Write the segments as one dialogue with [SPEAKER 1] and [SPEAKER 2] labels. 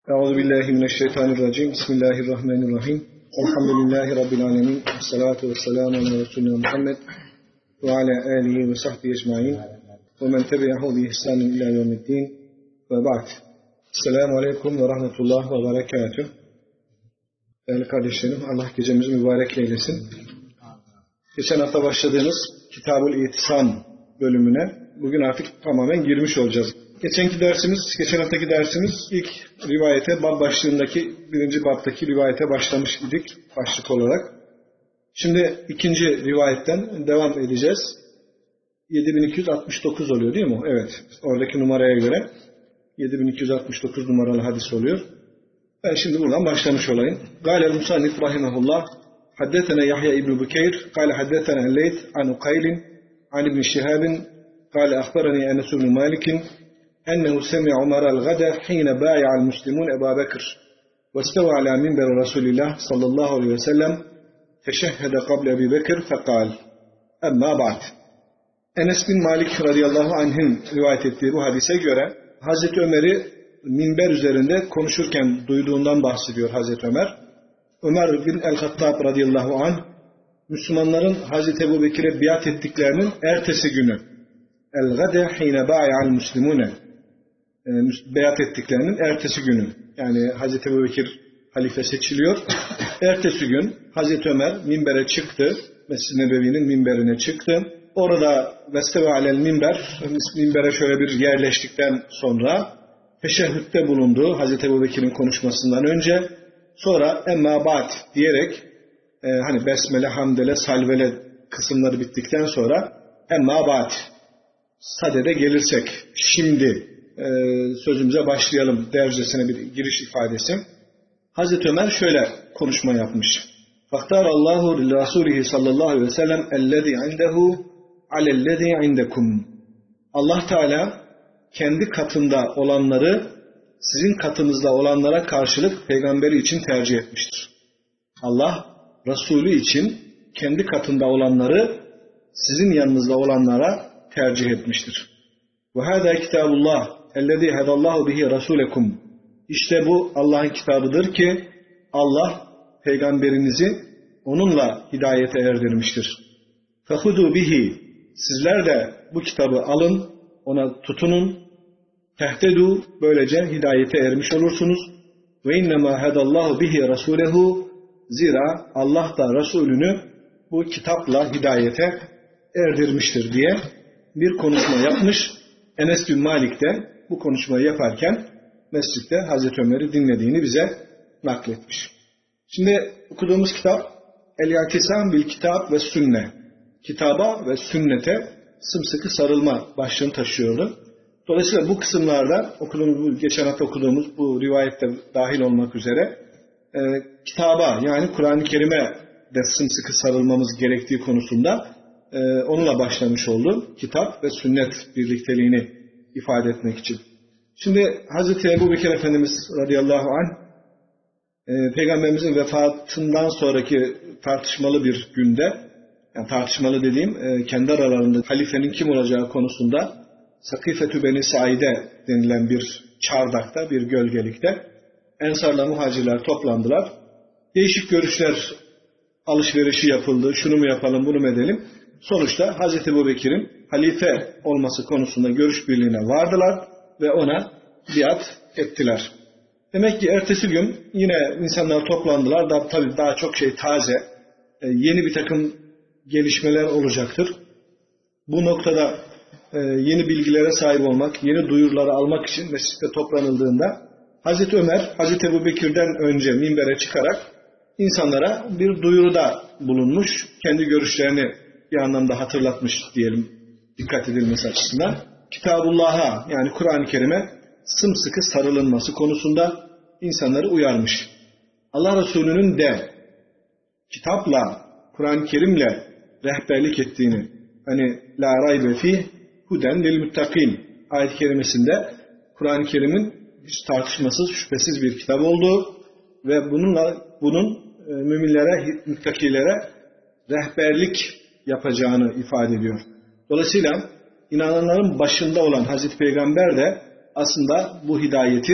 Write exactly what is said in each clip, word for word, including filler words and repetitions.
[SPEAKER 1] Euzubillahimineşşeytanirracim. Bismillahirrahmanirrahim. Elhamdülillahi Rabbil alemin. Esselatu vesselamu ala Resulina Muhammed ve ala alihi ve sahbihi ecmain ve men tebi'ahu bi ihsanin ila yevmiddin ve ba'd. Esselamu aleyküm ve rahmetullah ve berekatuh. Değerli kardeşlerim, Allah gecemizi mübarek eylesin. Geçen hafta başladığımız Kitab-ül İtisam bölümüne bugün artık tamamen girmiş olacağız. Geçenki dersimiz, geçen haftaki dersimiz ilk rivayete, bab başlığındaki, birinci babdaki rivayete başlamış idik başlık olarak. Şimdi ikinci rivayetten devam edeceğiz. yedi bin iki yüz altmış dokuz oluyor değil mi? Evet, oradaki numaraya göre yedi bin iki yüz altmış dokuz numaralı hadis oluyor. Ben şimdi buradan başlamış olayım. Gâle Musannif rahimahullah, haddetene Yahya İbn Bukeyr, gâle haddetene Elleyth an Ukaylin, an İbn Şihabin, gâle ahbarani Enes ibn Malik'in, أنه سمع عمر الغدا حين بايع المسلمون أبا بكر واستوى على منبر رسول الله صلى الله عليه وسلم فشهد قبل أبي بكر فقال أما بعد. Enes bin Malik radıyallahu anh'ın rivayet ettiği bu hadise göre Hazreti Ömer'i minber üzerinde konuşurken duyduğundan bahsediyor Hazreti Ömer. Ömer bin el-Hattab radıyallahu anh Müslümanların Hazreti Ebu Bekir'e biat ettiklerinin ertesi günü el-gade hine bâi'al muslimune beyat ettiklerinin ertesi günü. Yani Hazreti Ebubekir halife seçiliyor. Ertesi gün Hazreti Ömer minbere çıktı. Mescid-i Nebevi'nin minberine çıktı. Orada vesteve alel minber, minbere şöyle bir yerleştikten sonra teşehhütte bulundu Hazreti Ebubekir'in konuşmasından önce. Sonra emma ba'd diyerek e, hani besmele, hamdele, salvele kısımları bittikten sonra emma ba'd sadede gelirsek şimdi Ee, sözümüze başlayalım dercesine bir giriş ifadesi. Hazreti Ömer şöyle konuşma yapmış. Faktar Allahu li Rasulihi sallallahu aleyhi ve sellem ellezî indehu alellezî indekum. Allah Teala kendi katında olanları sizin katınızda olanlara karşılık peygamberi için tercih etmiştir. Allah Resulü için kendi katında olanları sizin yanınızda olanlara tercih etmiştir. Ve hâzâ kitâbullah ellezî hedallâhu bihi rasûlekum. İşte bu Allah'ın kitabıdır ki Allah peygamberinizi onunla hidayete erdirmiştir. Fehudû bihi. Sizler de bu kitabı alın, ona tutunun. Tehtedû. Böylece hidayete ermiş olursunuz. Ve innemâ hedallâhu bihi rasûlehu. Zira Allah da Resulünü bu kitapla hidayete erdirmiştir diye bir konuşma yapmış. Enes bin Malik de bu konuşmayı yaparken mescitte Hazreti Ömer'i dinlediğini bize nakletmiş. Şimdi okuduğumuz kitap El-İtisam bil Kitap ve Sünne. Kitaba ve sünnete sımsıkı sarılma başlığını taşıyordu. Dolayısıyla bu kısımlarda okuduğumuz, geçen hafta okuduğumuz bu rivayette dahil olmak üzere e, kitaba yani Kur'an-ı Kerim'e de sımsıkı sarılmamız gerektiği konusunda e, onunla başlamış oldu. Kitap ve sünnet birlikteliğini ifade etmek için. Şimdi Hazreti Ebubekir Efendimiz radıyallahu anh e, Peygamberimizin vefatından sonraki tartışmalı bir günde, yani tartışmalı dediğim e, kendi aralarında halifenin kim olacağı konusunda Sakifetü Beni Saide denilen bir çardakta, bir gölgelikte Ensar'la muhacirler toplandılar. Değişik görüşler alışverişi yapıldı. Şunu mu yapalım, bunu mu edelim? Sonuçta Hazreti Ebubekir'in halife olması konusunda görüş birliğine vardılar ve ona biat ettiler. Demek ki ertesi gün yine insanlar toplandılar. Da, tabii daha çok şey taze, e, yeni bir takım gelişmeler olacaktır. Bu noktada e, yeni bilgilere sahip olmak, yeni duyuruları almak için mescitte toplanıldığında Hazreti Ömer, Hazreti Ebubekir'den önce minbere çıkarak insanlara bir duyuruda bulunmuş, kendi görüşlerini bir anlamda hatırlatmış diyelim, dikkat edilmesi açısından. Kitabullah'a yani Kur'an-ı Kerim'e sımsıkı sarılınması konusunda insanları uyarmış. Allah Resulü'nün de kitapla, Kur'an-ı Kerim'le rehberlik ettiğini, hani la raybe fih huden lil muttakin ayet-i kerimesinde Kur'an-ı Kerim'in hiç tartışmasız, şüphesiz bir kitap olduğu ve bununla bunun e, müminlere, muttakilere rehberlik yapacağını ifade ediyor. Dolayısıyla inananların başında olan Hazreti Peygamber de aslında bu hidayeti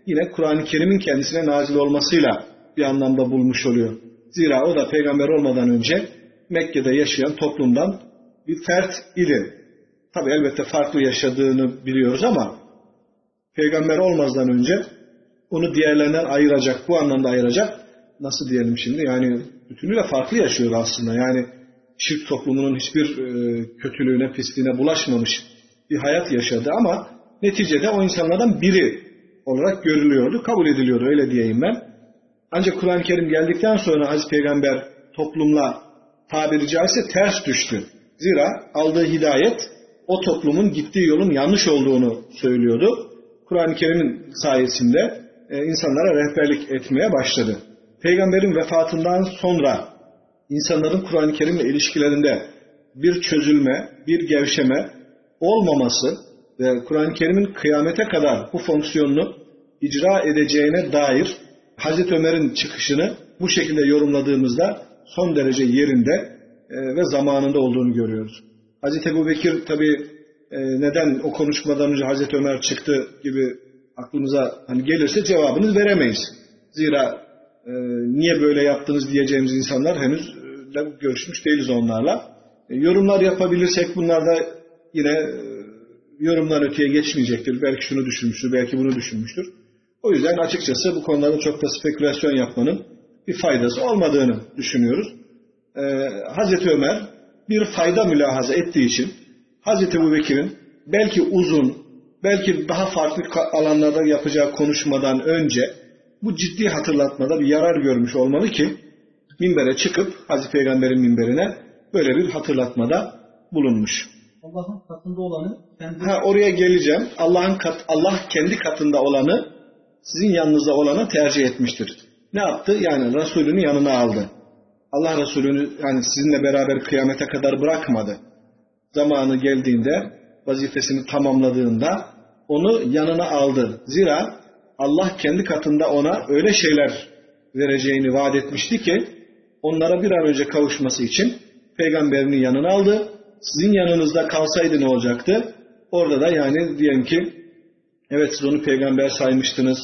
[SPEAKER 1] yine Kur'an-ı Kerim'in kendisine nazil olmasıyla bir anlamda bulmuş oluyor. Zira o da peygamber olmadan önce Mekke'de yaşayan toplumdan bir fert idi. Tabi elbette farklı yaşadığını biliyoruz ama peygamber olmadan önce onu diğerlerinden ayıracak, bu anlamda ayıracak, nasıl diyelim şimdi, yani bütünüyle farklı yaşıyor aslında. Yani şirk toplumunun hiçbir kötülüğüne, pisliğine bulaşmamış bir hayat yaşadı ama neticede o insanlardan biri olarak görülüyordu, kabul ediliyordu, öyle diyeyim ben. Ancak Kur'an-ı Kerim geldikten sonra Hazreti Peygamber toplumla tabiri caizse ters düştü. Zira aldığı hidayet o toplumun gittiği yolun yanlış olduğunu söylüyordu. Kur'an-ı Kerim'in sayesinde e, insanlara rehberlik etmeye başladı. Peygamberin vefatından sonra insanların Kur'an-ı Kerim'le ilişkilerinde bir çözülme, bir gevşeme olmaması ve Kur'an-ı Kerim'in kıyamete kadar bu fonksiyonunu icra edeceğine dair Hazreti Ömer'in çıkışını bu şekilde yorumladığımızda son derece yerinde e, ve zamanında olduğunu görüyoruz. Hazreti Ebubekir tabi e, neden o konuşmadan önce Hazreti Ömer çıktı gibi aklımıza hani gelirse cevabını veremeyiz. Zira e, niye böyle yaptınız diyeceğimiz insanlar henüz e, görüşmüş değiliz onlarla. E, yorumlar yapabilirsek bunlar da yine e, yorumdan öteye geçmeyecektir. Belki şunu düşünmüştür, belki bunu düşünmüştür. O yüzden açıkçası bu konularda çok da spekülasyon yapmanın bir faydası olmadığını düşünüyoruz. Ee, Hazreti Ömer bir fayda mülahaza ettiği için Hazreti Ebubekir'in belki uzun, belki daha farklı alanlarda yapacağı konuşmadan önce bu ciddi hatırlatmada bir yarar görmüş olmalı ki minbere çıkıp Hazreti Peygamber'in minberine böyle bir hatırlatmada bulunmuş.
[SPEAKER 2] Allah'ın katında olanı kendi...
[SPEAKER 1] Ha, oraya geleceğim. Allah'ın kat, Allah kendi katında olanı sizin yanınızda olana tercih etmiştir. Ne yaptı? Yani Resulünü yanına aldı. Allah Resulü'nü yani sizinle beraber kıyamete kadar bırakmadı. Zamanı geldiğinde, vazifesini tamamladığında onu yanına aldı. Zira Allah kendi katında ona öyle şeyler vereceğini vaat etmişti ki onlara bir an önce kavuşması için peygamberini yanına aldı. Sizin yanınızda kalsaydı ne olacaktı? Orada da yani diyelim ki evet siz onu peygamber saymıştınız,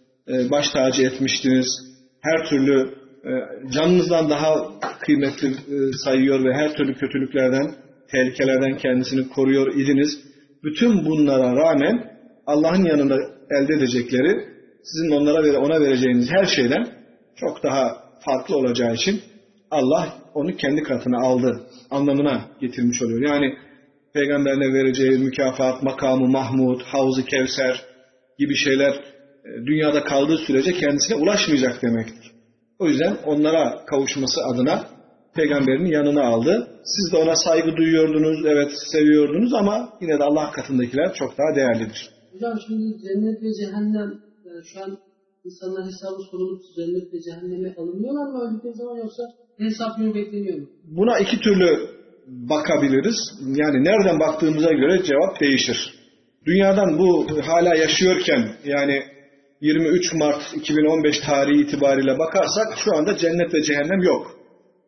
[SPEAKER 1] baş tacı etmiştiniz, her türlü canınızdan daha kıymetli sayıyor ve her türlü kötülüklerden, tehlikelerden kendisini koruyor idiniz. Bütün bunlara rağmen Allah'ın yanında elde edecekleri sizin onlara ve ona vereceğiniz her şeyden çok daha farklı olacağı için Allah onu kendi katına aldı anlamına getirmiş oluyor. Yani peygamberine vereceği mükafat, makamı Mahmud, Havz-ı Kevser gibi şeyler dünyada kaldığı sürece kendisine ulaşmayacak demektir. O yüzden onlara kavuşması adına peygamberini yanına aldı. Siz de ona saygı duyuyordunuz, evet seviyordunuz ama yine de Allah katındakiler çok daha değerlidir.
[SPEAKER 2] Hocam şimdi cennet ve cehennem, yani şu an insanlar hesabı sorulup cennet ve cehenneme alınıyorlar mı öldükleri zaman, yoksa hesap günü bekleniyor mu?
[SPEAKER 1] Buna iki türlü bakabiliriz. Yani nereden baktığımıza göre cevap değişir. Dünyadan bu hala yaşıyorken yani yirmi üç Mart iki bin on beş tarihi itibariyle bakarsak şu anda cennet ve cehennem yok.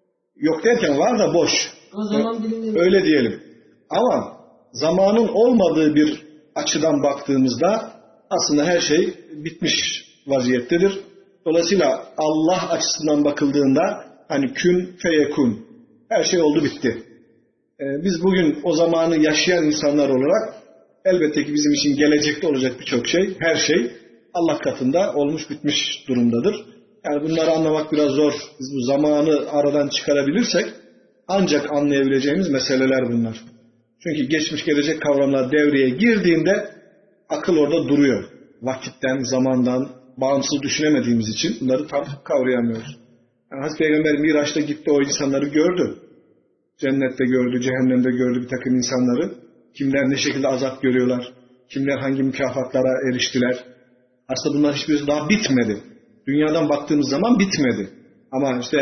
[SPEAKER 1] Yok derken var da boş.
[SPEAKER 2] O zaman bilinmiyor.
[SPEAKER 1] Öyle diyelim. Ama zamanın olmadığı bir açıdan baktığımızda aslında her şey bitmiş vaziyettedir. Dolayısıyla Allah açısından bakıldığında hani kün feyekun, her şey oldu bitti. Ee, biz bugün o zamanı yaşayan insanlar olarak elbette ki bizim için gelecekte olacak birçok şey, her şey Allah katında olmuş bitmiş durumdadır. Yani bunları anlamak biraz zor. Biz bu zamanı aradan çıkarabilirsek ancak anlayabileceğimiz meseleler bunlar. Çünkü geçmiş gelecek kavramlar devreye girdiğinde akıl orada duruyor. Vakitten, zamandan bağımsız düşünemediğimiz için bunları tam kavrayamıyoruz. Yani Hazreti Peygamber Miraç'ta gitti, o insanları gördü. Cennette gördü, cehennemde gördü bir takım insanları. Kimler ne şekilde azap görüyorlar, kimler hangi mükafatlara eriştiler. Aslında bunlar hiçbirisi daha bitmedi. Dünyadan baktığımız zaman bitmedi. Ama işte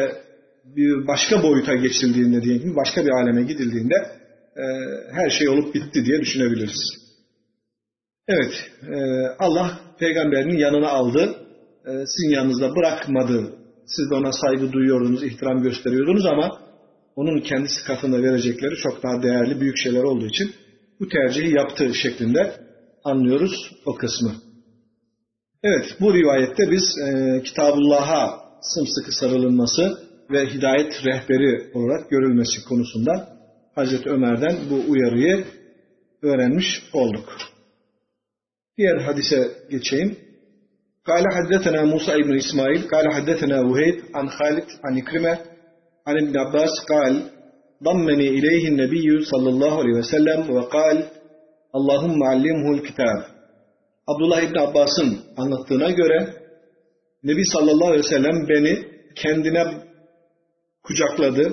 [SPEAKER 1] bir başka boyuta geçildiğinde, diyelim, başka bir aleme gidildiğinde e, her şey olup bitti diye düşünebiliriz. Evet, e, Allah peygamberinin yanına aldı, e, sizin yanınızda bırakmadı. Siz de ona saygı duyuyordunuz, ihtiram gösteriyordunuz ama onun kendisi katında verecekleri çok daha değerli, büyük şeyler olduğu için bu tercihi yaptığı şeklinde anlıyoruz o kısmı. Evet, bu rivayette biz e, Kitabullah'a sımsıkı sarılınması ve hidayet rehberi olarak görülmesi konusunda Hazreti Ömer'den bu uyarıyı öğrenmiş olduk. Diğer hadise geçeyim. Kâle haddetena Musa ibn İsmail, kâle haddetena Vuheyb, an Halid, an İkrime, an İbn Abbas, kâl, dammeni ileyhin nebiyyü sallallahu aleyhi ve sellem ve kâl, Allahümme allimhul kitab. Abdullah İbn Abbas'ın anlattığına göre, Nebi sallallahu aleyhi ve sellem beni kendine kucakladı,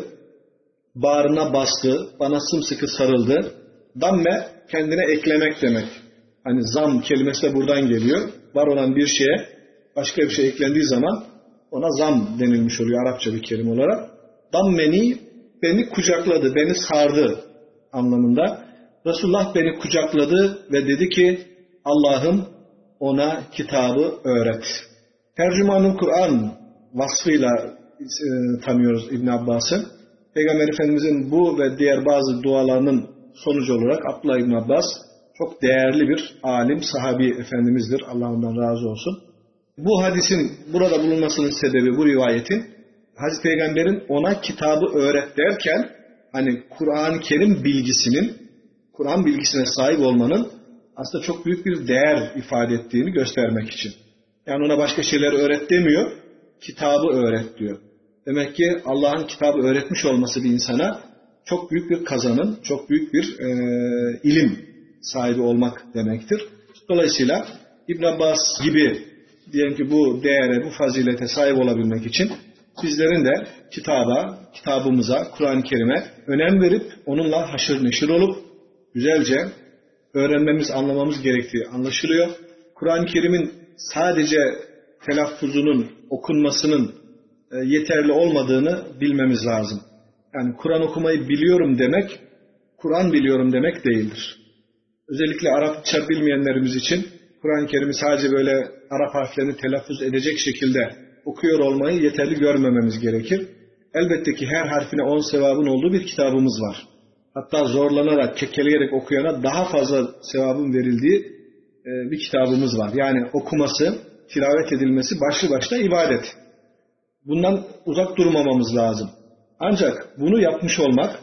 [SPEAKER 1] bağrına bastı, bana sımsıkı sarıldı. Damme, kendine eklemek demek. Hani zam kelimesi de buradan geliyor. Var olan bir şeye başka bir şey eklendiği zaman ona zam denilmiş oluyor Arapça bir kelime olarak. Dammeni, beni kucakladı, beni sardı anlamında. Resulullah beni kucakladı ve dedi ki Allah'ım ona kitabı öğret. Tercümanı Kur'an vasfıyla e, tanıyoruz İbn Abbas'ı. Peygamber Efendimizin bu ve diğer bazı dualarının sonucu olarak Abdullah İbn Abbas çok değerli bir alim, sahabi efendimizdir. Allah ondan razı olsun. Bu hadisin burada bulunmasının sebebi, bu rivayetin Hazreti Peygamber'in ona kitabı öğret derken hani Kur'an-ı Kerim bilgisinin, Kur'an bilgisine sahip olmanın aslında çok büyük bir değer ifade ettiğini göstermek için. Yani ona başka şeyler öğret demiyor, kitabı öğret diyor. Demek ki Allah'ın kitabı öğretmiş olması bir insana çok büyük bir kazanım, çok büyük bir e, ilim sahibi olmak demektir. Dolayısıyla İbn Abbas gibi diyelim ki bu değere, bu fazilete sahip olabilmek için bizlerin de kitaba, kitabımıza, Kur'an-ı Kerim'e önem verip onunla haşır neşir olup güzelce öğrenmemiz, anlamamız gerektiği anlaşılıyor. Kur'an-ı Kerim'in sadece telaffuzunun, okunmasının yeterli olmadığını bilmemiz lazım. Yani Kur'an okumayı biliyorum demek, Kur'an biliyorum demek değildir. Özellikle Arapça bilmeyenlerimiz için Kur'an-ı Kerim'i sadece böyle Arap harflerini telaffuz edecek şekilde okuyor olmayı yeterli görmememiz gerekir. Elbette ki her harfine on sevabın olduğu bir kitabımız var. Hatta zorlanarak, kekeleyerek okuyana daha fazla sevabın verildiği bir kitabımız var. Yani okuması, tilavet edilmesi başlı başına ibadet. Bundan uzak durmamamız lazım. Ancak bunu yapmış olmak,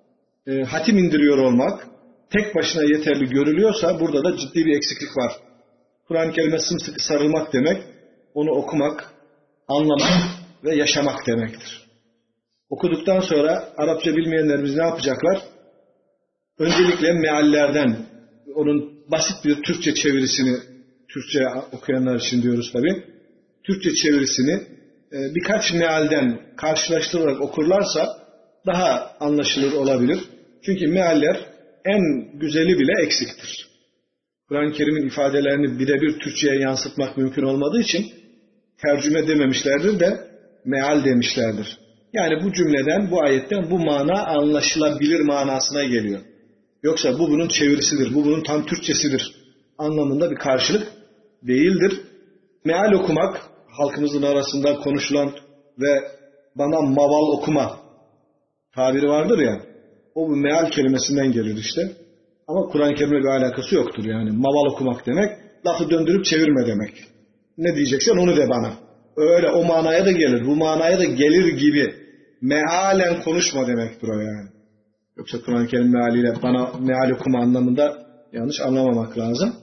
[SPEAKER 1] e, hatim indiriyor olmak tek başına yeterli görülüyorsa burada da ciddi bir eksiklik var. Kur'an-ı Kerim'e sımsıkı sarılmak demek, onu okumak, anlamak ve yaşamak demektir. Okuduktan sonra Arapça bilmeyenlerimiz ne yapacaklar? Öncelikle meallerden, onun basit bir Türkçe çevirisini, Türkçe okuyanlar için diyoruz tabii, Türkçe çevirisini birkaç mealden karşılaştırarak okurlarsa daha anlaşılır olabilir. Çünkü mealler en güzeli bile eksiktir. Kur'an-ı Kerim'in ifadelerini birebir Türkçe'ye yansıtmak mümkün olmadığı için tercüme dememişlerdir de meal demişlerdir. Yani bu cümleden, bu ayetten bu mana anlaşılabilir manasına geliyor. Yoksa bu bunun çevirisidir, bu bunun tam Türkçesidir anlamında bir karşılık değildir. Meal okumak, halkımızın arasında konuşulan ve bana maval okuma tabiri vardır ya, o bu meal kelimesinden gelir işte. Ama Kur'an-ı Kerim'le bir alakası yoktur yani. Maval okumak demek, lafı döndürüp çevirme demek. Ne diyeceksen onu de bana. Öyle o manaya da gelir, bu manaya da gelir gibi mealen konuşma demektir o yani. Yoksa Kur'an-ı Kerim mealiyle bana meal okuma anlamında yanlış anlamamak lazım.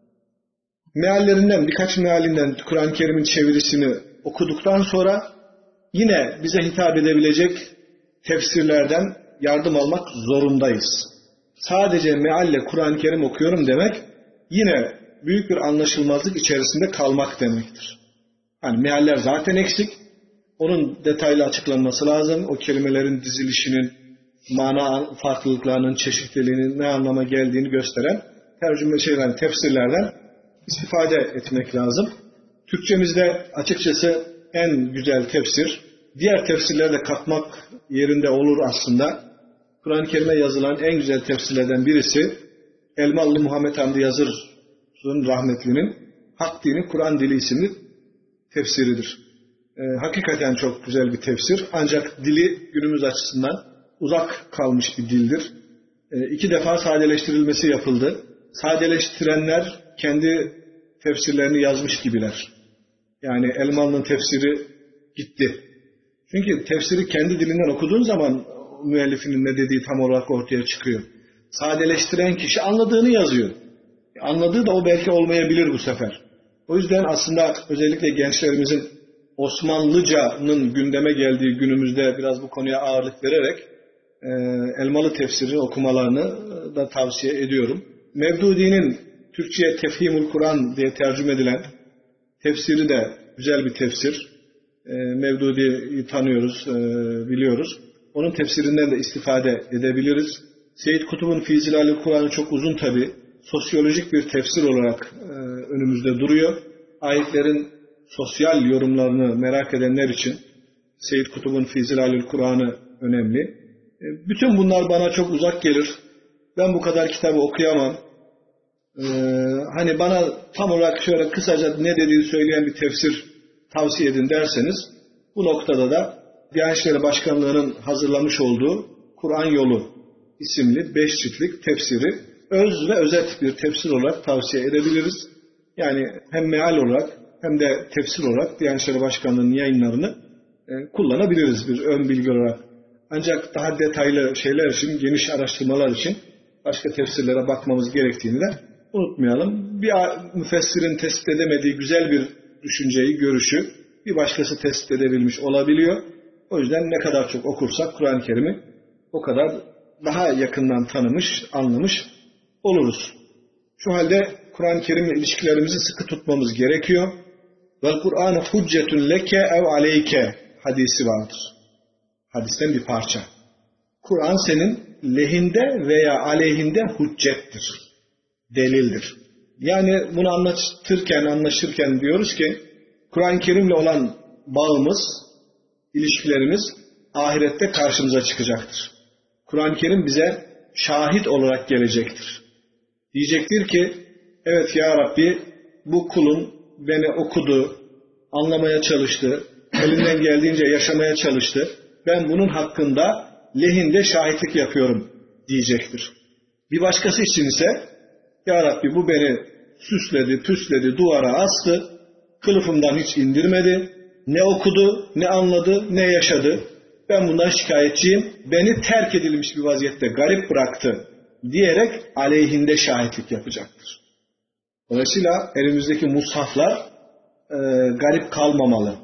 [SPEAKER 1] Meallerinden, birkaç mealinden Kur'an-ı Kerim'in çevirisini okuduktan sonra yine bize hitap edebilecek tefsirlerden yardım almak zorundayız. Sadece mealle Kur'an-ı Kerim okuyorum demek yine büyük bir anlaşılmazlık içerisinde kalmak demektir. Yani mealler zaten eksik. Onun detaylı açıklanması lazım. O kelimelerin dizilişinin, mana farklılıklarının, çeşitliliğinin ne anlama geldiğini gösteren tercüme şeyler, tefsirlerden istifade etmek lazım. Türkçemizde açıkçası en güzel tefsir, diğer tefsirleri de katmak yerinde olur aslında. Kur'an-ı Kerim'e yazılan en güzel tefsirlerden birisi Elmalı Muhammed Hamdi Yazır'ın rahmetlinin Hak Dini Kur'an Dili isimli tefsiridir. Ee, hakikaten çok güzel bir tefsir. Ancak dili günümüz açısından uzak kalmış bir dildir. Ee, iki defa sadeleştirilmesi yapıldı. Sadeleştirenler kendi tefsirlerini yazmış gibiler. Yani Elmalı'nın tefsiri gitti. Çünkü tefsiri kendi dilinden okuduğun zaman müellifinin ne dediği tam olarak ortaya çıkıyor. Sadeleştiren kişi anladığını yazıyor. Anladığı da o belki olmayabilir bu sefer. O yüzden aslında özellikle gençlerimizin Osmanlıca'nın gündeme geldiği günümüzde biraz bu konuya ağırlık vererek e, Elmalı tefsirini okumalarını da tavsiye ediyorum. Mevdudi'nin Türkçe'ye Tefhimul Kur'an diye tercüme edilen tefsiri de güzel bir tefsir. E, Mevdudi'yi tanıyoruz, e, biliyoruz. Onun tefsirinden de istifade edebiliriz. Seyyid Kutub'un Fî Zilâlil Kur'an'ı çok uzun tabi. Sosyolojik bir tefsir olarak e, önümüzde duruyor. Ayetlerin sosyal yorumlarını merak edenler için Seyyid Kutub'un Fî Zilâlil Kur'an'ı önemli. E, bütün bunlar bana çok uzak gelir. Ben bu kadar kitabı okuyamam. E, hani bana tam olarak şöyle kısaca ne dediğini söyleyen bir tefsir tavsiye edin derseniz, bu noktada da Diyanet İşleri Başkanlığı'nın hazırlamış olduğu Kur'an Yolu isimli beş ciltlik tefsiri öz ve özet bir tefsir olarak tavsiye edebiliriz. Yani hem meal olarak hem de tefsir olarak Diyanet İşleri Başkanlığı'nın yayınlarını e, kullanabiliriz bir ön bilgi olarak. Ancak daha detaylı şeyler için, geniş araştırmalar için başka tefsirlere bakmamız gerektiğini de unutmayalım. Bir müfessirin tespit edemediği güzel bir düşünceyi, görüşü bir başkası tespit edebilmiş olabiliyor. O yüzden ne kadar çok okursak Kur'an-ı Kerim'i o kadar daha yakından tanımış, anlamış oluruz. Şu halde Kur'an-ı Kerim'le ilişkilerimizi sıkı tutmamız gerekiyor. Vel Kur'an huccetun leke ev aleyke hadisi vardır. Hadisten bir parça. Kur'an senin lehinde veya aleyhinde hüccettir. Delildir. Yani bunu anlatırken, anlaşırken diyoruz ki Kur'an-ı Kerim'le olan bağımız, ilişkilerimiz ahirette karşımıza çıkacaktır. Kur'an-ı Kerim bize şahit olarak gelecektir. Diyecektir ki, evet ya Rabbi, bu kulun beni okudu, anlamaya çalıştı, elinden geldiğince yaşamaya çalıştı. Ben bunun hakkında lehinde şahitlik yapıyorum diyecektir. Bir başkası için ise, ya Rabbi bu beni süsledi, püsledi, duvara astı, kılıfımdan hiç indirmedi, ne okudu, ne anladı, ne yaşadı. Ben bundan şikayetçiyim, beni terk edilmiş bir vaziyette garip bıraktı diyerek aleyhinde şahitlik yapacaktır. Dolayısıyla elimizdeki mushaflar e, garip kalmamalı,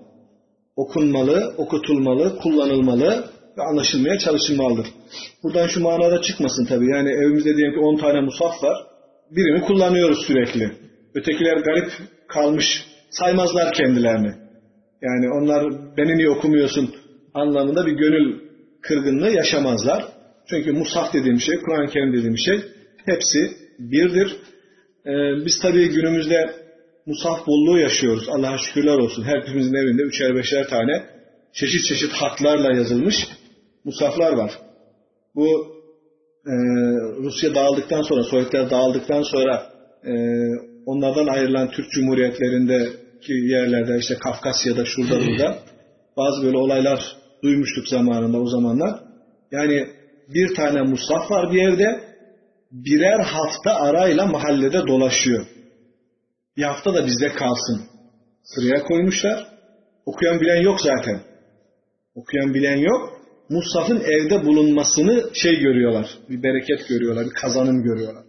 [SPEAKER 1] okunmalı, okutulmalı, kullanılmalı ve anlaşılmaya çalışılmalıdır. Buradan şu manada çıkmasın tabii. Yani evimizde diyelim ki on tane mushaf var, birini kullanıyoruz sürekli. Ötekiler garip kalmış, saymazlar kendilerini. Yani onlar beni niye okumuyorsun anlamında bir gönül kırgınlığı yaşamazlar. Çünkü mushaf dediğim şey, Kur'an-ı Kerim dediğim şey hepsi birdir. Ee, biz tabii günümüzde mushaf bolluğu yaşıyoruz. Allah'a şükürler olsun. Herkesimizin evinde üçer beşer tane çeşit çeşit hatlarla yazılmış mushaflar var. Bu e, Rusya dağıldıktan sonra, Sovyetler dağıldıktan sonra e, onlardan ayrılan Türk Cumhuriyetlerindeki yerlerde, işte Kafkasya'da, şurada burada bazı böyle olaylar duymuştuk zamanında, o zamanlar. Yani bir tane mushaf var bir evde, birer hafta arayla mahallede dolaşıyor. Bir hafta da bizde kalsın. Sıraya koymuşlar. Okuyan bilen yok zaten. Okuyan bilen yok. Mushafın evde bulunmasını şey görüyorlar. Bir bereket görüyorlar, bir kazanım görüyorlar.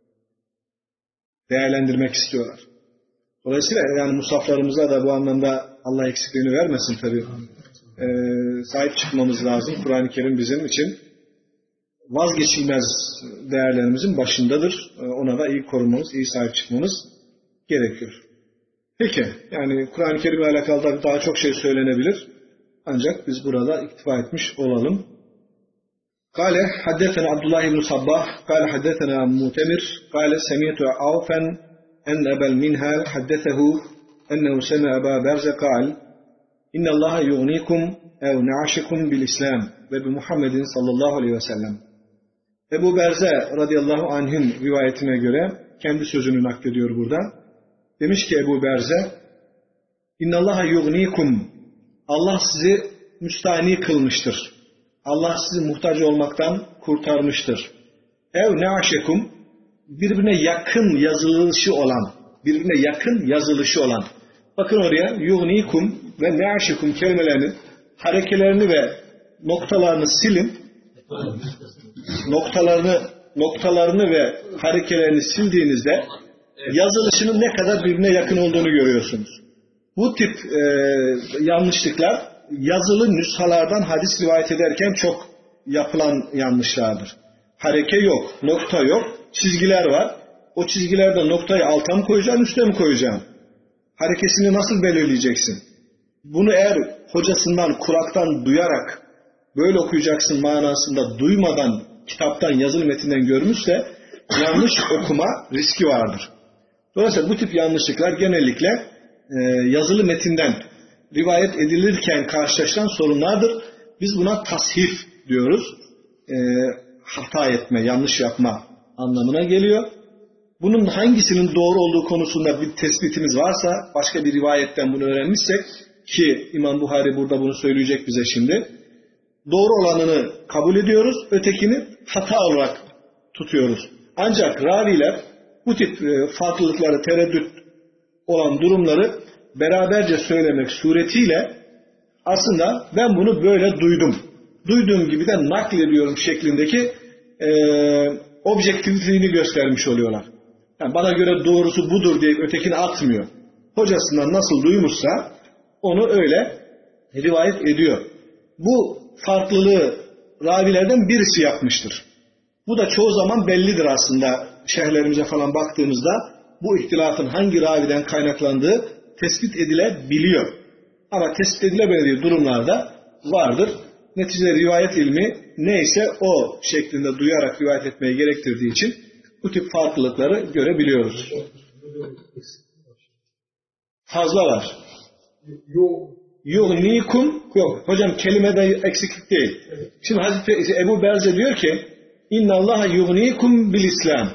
[SPEAKER 1] Değerlendirmek istiyorlar. Dolayısıyla yani mushaflarımıza da bu anlamda Allah eksikliğini vermesin tabii. Ee, sahip çıkmamız lazım. Kur'an-ı Kerim bizim için vazgeçilmez değerlerimizin başındadır. Ona da iyi korumamız, iyi sahip çıkmamız gerekiyor. Peki, yani Kur'an-ı Kerim'le alakalı daha çok şey söylenebilir. Ancak biz burada iktifa etmiş olalım. Kale haddetena Abdullah ibn Sabbah, kale haddetena Mutemir, kale semiyetu Avfen en ebel minhal haddetehu ennehu seme Eba Berze kal İnne Allaha yughnikum ev na'aşikum bil İslam ve bi Muhammedin sallallahu aleyhi ve sellem. Ebu Berze radıyallahu anh'ın rivayetine göre kendi sözünü naklediyor burada. Demiş ki Ebu Berze, İnne Allaha yughnikum, Allah sizi müstahni kılmıştır. Allah sizi muhtaç olmaktan kurtarmıştır. Ev na'aşikum, birbirine yakın yazılışı olan, birbirine yakın yazılışı olan. Bakın oraya yughnikum ve ne'aşikum kelimelerinin harekelerini ve noktalarını silin. Noktalarını noktalarını ve harekelerini sildiğinizde yazılışının ne kadar birbirine yakın olduğunu görüyorsunuz. Bu tip e, yanlışlıklar yazılı nüshalardan hadis rivayet ederken çok yapılan yanlışlardır. Hareke yok, nokta yok, çizgiler var. O çizgilerde noktayı alta mı koyacaksın, üstte mi koyacaksın? Harekesini nasıl belirleyeceksin? Bunu eğer hocasından, kulaktan duyarak böyle okuyacaksın manasında duymadan kitaptan, yazılı metinden görmüşse yanlış okuma riski vardır. Dolayısıyla bu tip yanlışlıklar genellikle e, yazılı metinden rivayet edilirken karşılaşılan sorunlardır. Biz buna tashif diyoruz. E, hata etme, yanlış yapma anlamına geliyor. Bunun hangisinin doğru olduğu konusunda bir tespitimiz varsa, başka bir rivayetten bunu öğrenmişsek, ki İmam Buhari burada bunu söyleyecek bize şimdi, doğru olanını kabul ediyoruz, ötekini hata olarak tutuyoruz. Ancak raviler bu tip farklılıkları, tereddüt olan durumları beraberce söylemek suretiyle aslında ben bunu böyle duydum, duyduğum gibi de naklediyorum şeklindeki e, objektifliğini göstermiş oluyorlar. Yani bana göre doğrusu budur diye ötekini atmıyor. Hocasından nasıl duymuşsa onu öyle rivayet ediyor. Bu farklılığı ravilerden birisi yapmıştır. Bu da çoğu zaman bellidir aslında. Şerhlerimize falan baktığımızda bu ihtilafın hangi raviden kaynaklandığı tespit edilebiliyor. Ama tespit edilemediği durumlarda vardır. Neticede rivayet ilmi neyse o şeklinde duyarak rivayet etmeyi gerektirdiği için bu tip farklılıkları görebiliyoruz. Fazla var. Yughnikum yok. Hocam kelimede eksiklik değil. Şimdi Hazreti Ebu Berze diyor ki İnnallaha yughnikum bil İslam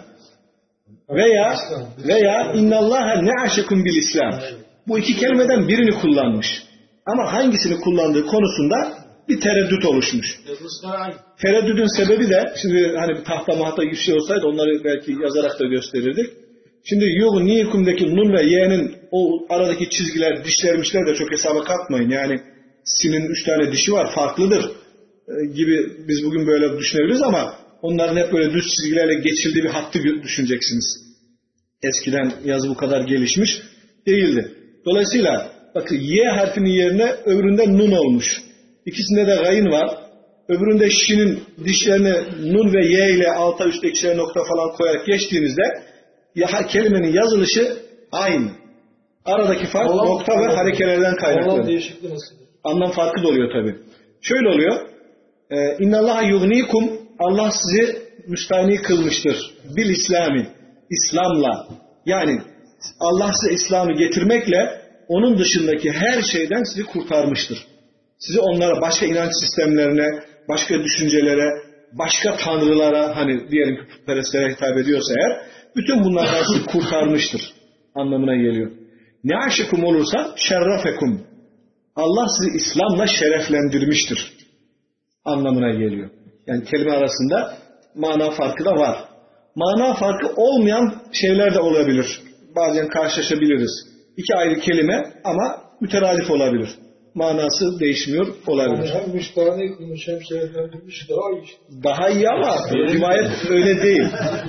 [SPEAKER 1] veya veya İnnallaha ne'aşekum bil İslam. Bu iki kelimeden birini kullanmış. Ama hangisini kullandığı konusunda bir tereddüt oluşmuş. Tereddüdün sebebi de şimdi hani bir tahta mahta bir şey olsaydı onları belki yazarak da gösterirdik. Şimdi yughnikum'daki nun ve y'nin o aradaki çizgiler, dişlermişler de çok hesaba katmayın. Yani sinin üç tane dişi var, farklıdır gibi biz bugün böyle düşünebiliriz ama onların hep böyle düz çizgilerle geçildiği bir hattı düşüneceksiniz. Eskiden yazı bu kadar gelişmiş değildi. Dolayısıyla bakın y harfinin yerine öbüründe nun olmuş. İkisinde de gayın var. Öbüründe şinin dişlerini nun ve y ile alta üstte ikişer nokta falan koyarak geçtiğinizde ya, kelimenin yazılışı aynı. Aradaki fark olan, nokta ve harekelerden kaynaklanıyor. Anlam farkı da oluyor tabi. Şöyle oluyor. E, İnnallaha yughnikum, Allah sizi müstahni kılmıştır. Bil İslami, İslam'la. Yani Allah size İslam'ı getirmekle onun dışındaki her şeyden sizi kurtarmıştır. Sizi onlara, başka inanç sistemlerine, başka düşüncelere, başka tanrılara, hani diyelim ki putperestlere hitap ediyorsa eğer, bütün bunlardan sizi kurtarmıştır anlamına geliyor. Ne aşıkum olursa şerrafekum. Allah sizi İslam'la şereflendirmiştir anlamına geliyor. Yani kelime arasında mana farkı da var. Mana farkı olmayan şeyler de olabilir. Bazen karşılaşabiliriz. İki ayrı kelime ama müteradif olabilir. Manası değişmiyor olabilir.
[SPEAKER 3] Yani hem müstahane kılmış hem şereflendirmiş daha iyi işte.
[SPEAKER 1] Daha iyi ama rivayet öyle değil.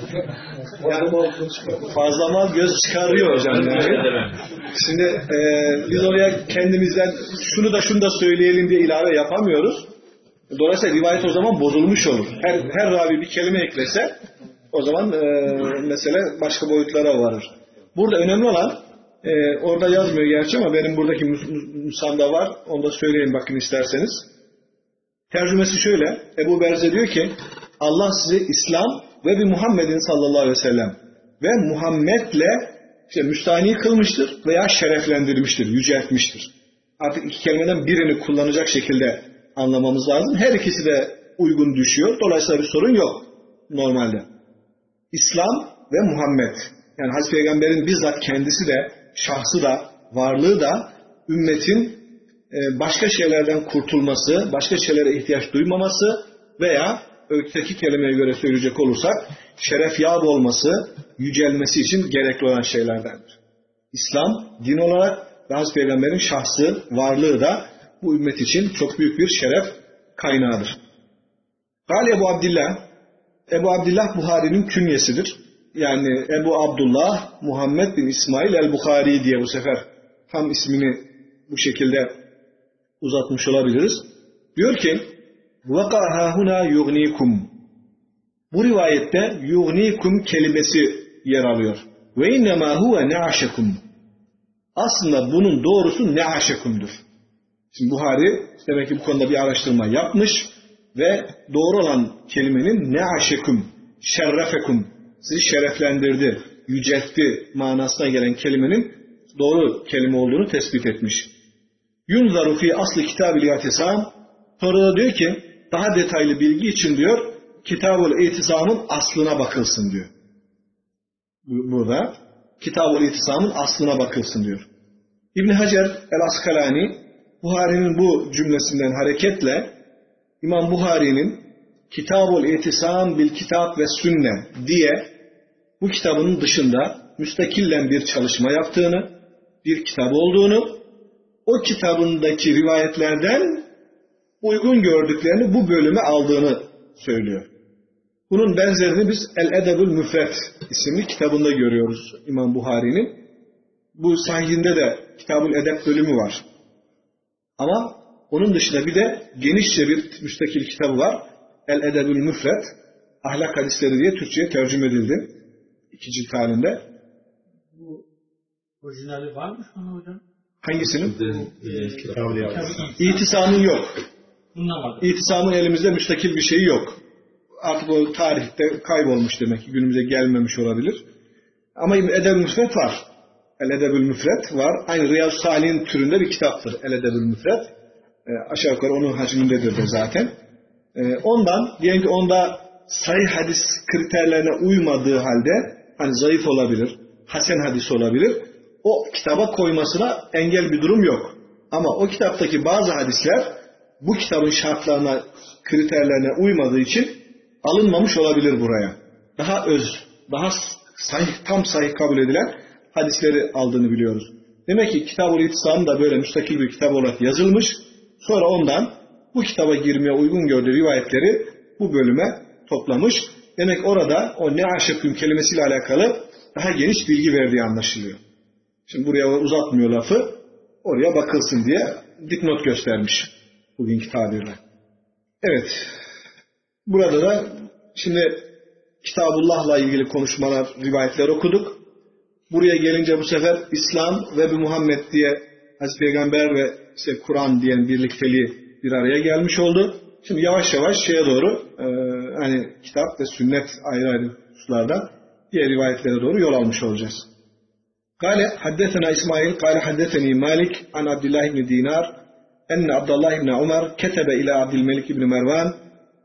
[SPEAKER 1] Yani fazla mal göz çıkarıyor hocam. Yani. Şimdi e, biz oraya kendimizden şunu da şunu da söyleyelim diye ilave yapamıyoruz. Dolayısıyla rivayet o zaman bozulmuş olur. Her, her ravi bir kelime eklese o zaman e, mesele başka boyutlara varır. Burada önemli olan Ee, orada yazmıyor gerçi ama benim buradaki müsamda var. Onu da söyleyeyim bakın isterseniz. Tercümesi şöyle. Ebu Berze diyor ki Allah sizi İslam ve bir Muhammed'in sallallahu aleyhi ve sellem ve Muhammed'le işte müstahni kılmıştır veya şereflendirmiştir, yüceltmiştir. Artık iki kelimeden birini kullanacak şekilde anlamamız lazım. Her ikisi de uygun düşüyor. Dolayısıyla bir sorun yok normalde. İslam ve Muhammed. Yani Hazreti Peygamber'in bizzat kendisi de şahsı da, varlığı da ümmetin başka şeylerden kurtulması, başka şeylere ihtiyaç duymaması veya öteki kelimeye göre söyleyecek olursak şerefyab olması, yücelmesi için gerekli olan şeylerdendir. İslam din olarak ve Hazreti Peygamber'in şahsı, varlığı da bu ümmet için çok büyük bir şeref kaynağıdır. Gâle Ebu Abdillah, Ebu Abdillah Buhari'nin künyesidir. Yani Ebu Abdullah Muhammed bin İsmail el-Buhari diye bu sefer tam ismini bu şekilde uzatmış olabiliriz. Diyor ki وَقَعْ هَا هُنَا يُغْنِيكُمْ Bu rivayette yugnikum kelimesi yer alıyor. وَاِنَّمَا هُوَ نَعَشَكُمْ Aslında bunun doğrusu ne'aşekum'dur. Şimdi Buhari demek ki bu konuda bir araştırma yapmış ve doğru olan kelimenin ne'aşekum, şerrefekum, sizi şereflendirdi, yüceltti manasına gelen kelimenin doğru kelime olduğunu tespit etmiş. Yunzaru fi aslı kitab-ı İ'tisam. Sonra da diyor ki daha detaylı bilgi için diyor Kitab-ı İ'tisam'ın aslına bakılsın diyor. Burada Kitab-ı İ'tisam'ın aslına bakılsın diyor. İbn Hacer el-Askalani Buhari'nin bu cümlesinden hareketle İmam Buhari'nin Kitab-ı İ'tisam bil Kitab ve Sünne diye bu kitabın dışında müstakillen bir çalışma yaptığını, bir kitap olduğunu, o kitabındaki rivayetlerden uygun gördüklerini bu bölüme aldığını söylüyor. Bunun benzerini biz El-Edebül Müfret isimli kitabında görüyoruz İmam Buhari'nin. Bu sahihinde de Kitab-ül Edeb bölümü var. Ama onun dışında bir de genişçe bir müstakil kitabı var. El-Edebül Müfret, ahlak hadisleri diye Türkçe'ye tercüme edildi. İki cilt halinde.
[SPEAKER 4] Bu orijinali var mı şu an hocam?
[SPEAKER 1] Hangisinin?
[SPEAKER 4] Kitabı.
[SPEAKER 1] İtisamın yok.
[SPEAKER 4] Bundan
[SPEAKER 1] İtisamın elimizde müstakil bir şeyi yok. Artık o tarihte kaybolmuş demek ki günümüze gelmemiş olabilir. Ama Edeb-ül Müfret var. El-Edebül Müfret var. Aynı Riyaz-ı Salih'in türünde bir kitaptır El-Edebül Müfret. E, aşağı yukarı onun hacmindedir de zaten. E, ondan, diyelim ki onda sahih hadis kriterlerine uymadığı halde, hani zayıf olabilir, hasen hadis olabilir, o kitaba koymasına engel bir durum yok. Ama o kitaptaki bazı hadisler bu kitabın şartlarına, kriterlerine uymadığı için alınmamış olabilir buraya. Daha öz, daha sahih, tam sahih kabul edilen hadisleri aldığını biliyoruz. Demek ki Kitab-ı İ'tisam da böyle müstakil bir kitap olarak yazılmış. Sonra ondan bu kitaba girmeye uygun gördüğü rivayetleri bu bölüme toplamış. Demek orada o ne'aşeküm kelimesiyle alakalı daha geniş bilgi verdiği anlaşılıyor. Şimdi buraya uzatmıyor lafı. Oraya bakılsın diye dipnot göstermiş bugünkü tabirle. Evet. Burada da şimdi Kitabullah'la ilgili konuşmalar, rivayetler okuduk. Buraya gelince bu sefer İslam ve bir Muhammed diye Hazreti Peygamber ve işte Kur'an diyen birlikteliği bir araya gelmiş oldu. Şimdi yavaş yavaş şeye doğru e, hani kitap ve sünnet ayrı ayrı hususlardan diğer rivayetlere doğru yol almış olacağız. Kale haddesena İsmail, kale haddeseni Malik an Abdullah ibn Dinar enne Abdullah ibn Umar ketebe ila Abdülmelik ibn Mervan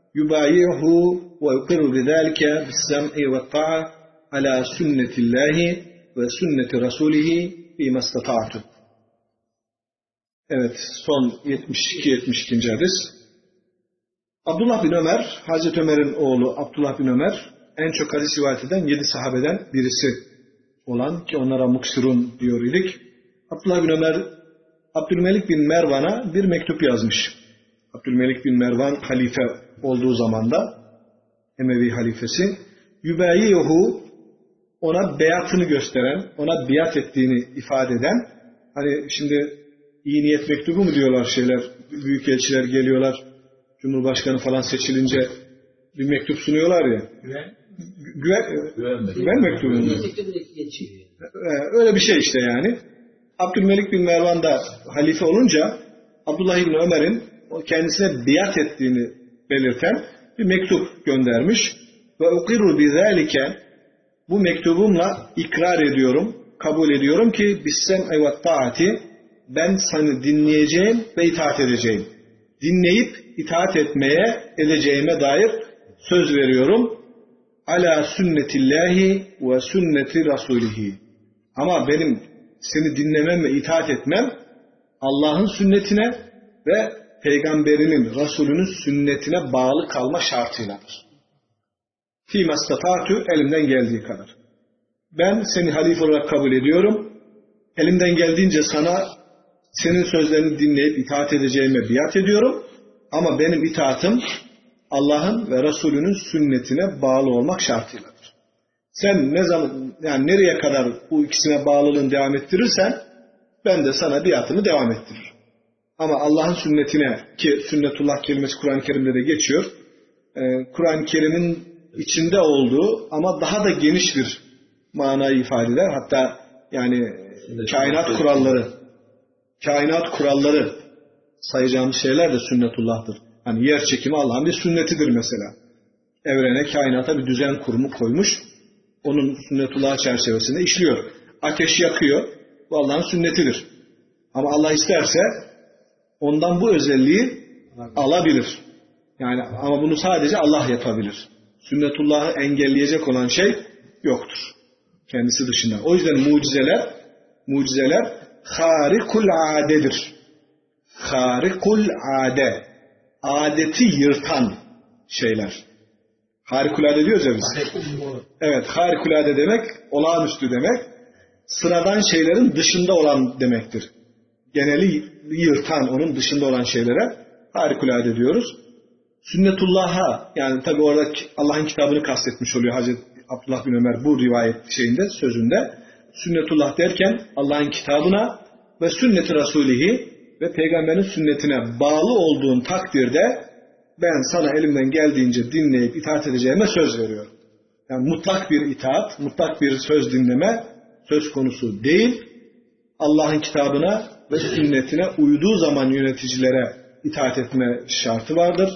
[SPEAKER 1] yubayihu ve yuqirru bizalike bis-sem'i ve ta'a ala sünnetillahi ve sünneti rasulihi fîmâ istata'tu. Evet, son yetmiş iki yetmiş ikinci hadis. Abdullah bin Ömer, Hazreti Ömer'in oğlu Abdullah bin Ömer, en çok hadis rivayet eden yedi sahabeden birisi olan ki onlara muksirun diyor idik. Abdullah bin Ömer, Abdülmelik bin Mervan'a bir mektup yazmış. Abdülmelik bin Mervan halife olduğu zamanda, Emevi halifesi, yübâyiyehu, ona beyatını gösteren, ona biat ettiğini ifade eden, hani şimdi iyi niyet mektubu mu diyorlar şeyler, büyükelçiler geliyorlar, Cumhurbaşkanı falan seçilince bir mektup sunuyorlar ya. Güven, güven, güven, güven mektubu mu? Öyle bir şey işte yani. Abdülmelik bin Mervan da halife olunca Abdullah bin Ömer'in kendisine biat ettiğini belirten bir mektup göndermiş. Ve ukirru bizalike, bu mektubumla ikrar ediyorum, kabul ediyorum ki bissem evet taati, ben seni dinleyeceğim ve itaat edeceğim. Dinleyip itaat etmeye edeceğime dair söz veriyorum. Ala sünnetillahi ve sünneti rasulihi. Ama benim seni dinlemem ve itaat etmem Allah'ın sünnetine ve peygamberinin, Resulünün sünnetine bağlı kalma şartıyladır. Fîmâ istatâtü, elimden geldiği kadar. Ben seni halife olarak kabul ediyorum. elimden geldiğince sana senin sözlerini dinleyip itaat edeceğime biat ediyorum. Ama benim itaatım Allah'ın ve Resulünün sünnetine bağlı olmak şartıyladır. Sen ne zaman, yani nereye kadar bu ikisine bağlılığını devam ettirirsen ben de sana biatımı devam ettiririm. Ama Allah'ın sünnetine, ki sünnetullah kelimesi Kur'an-ı Kerim'de de geçiyor. Ee, Kur'an-ı Kerim'in içinde olduğu ama daha da geniş bir manayı ifade eder. Hatta yani kainat kuralları, kainat kuralları sayacağımız şeyler de sünnetullah'tır. Hani yer çekimi Allah'ın bir sünnetidir mesela. Evrene, kainata bir düzen kurumu koymuş. Onun sünnetullah çerçevesinde işliyor. Ateş yakıyor. Bu Allah'ın sünnetidir. Ama Allah isterse ondan bu özelliği alabilir. Yani ama bunu sadece Allah yapabilir. Sünnetullah'ı engelleyecek olan şey yoktur. Kendisi dışında. O yüzden mucizeler, mucizeler harikul adedir. Harikul ade. Adeti yırtan şeyler. Harikulade diyoruz ya biz. Evet, harikulade demek olağanüstü demek. Sıradan şeylerin dışında olan demektir. Geneli yırtan, onun dışında olan şeylere harikulade diyoruz. Sünnetullah'a, yani tabi orada Allah'ın kitabını kastetmiş oluyor Hazreti Abdullah bin Ömer bu rivayet şeyinde, sözünde. Sünnetullah derken Allah'ın kitabına ve sünnet-i Resulihi ve peygamberin sünnetine bağlı olduğun takdirde ben sana elimden geldiğince dinleyip itaat edeceğime söz veriyorum. Yani mutlak bir itaat, mutlak bir söz dinleme söz konusu değil. Allah'ın kitabına ve sünnetine uyduğu zaman yöneticilere itaat etme şartı vardır.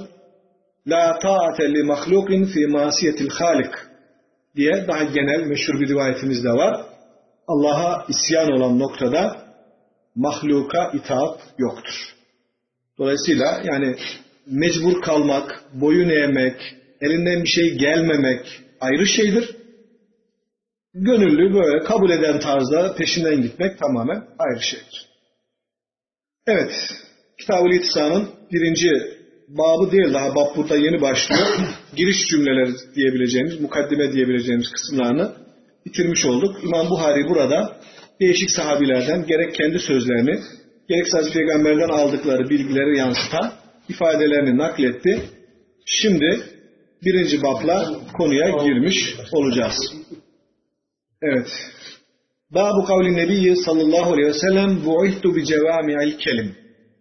[SPEAKER 1] La ta'ate li mahlukin fi masiyetil halik diye daha genel meşhur bir rivayetimiz de var. Allah'a isyan olan noktada mahluka itaat yoktur. Dolayısıyla yani mecbur kalmak, boyun eğmek, elinden bir şey gelmemek ayrı şeydir. Gönüllü böyle kabul eden tarzda peşinden gitmek tamamen ayrı şeydir. Evet, Kitab-ül İhtisam'ın birinci babı değil, daha bab burada yeni başlıyor. Giriş cümleleri diyebileceğimiz, mukaddime diyebileceğimiz kısımlarını bitirmiş olduk. İmam Buhari burada değişik sahabilerden gerek kendi sözlerini, gerekse Hazreti Peygamber'den aldıkları bilgileri yansıtan ifadelerini nakletti. Şimdi birinci babla konuya girmiş olacağız. Evet. Bab-ı kavli nebiyyi sallallahu aleyhi ve sellem bu'ihtu bi cevami'il kelim.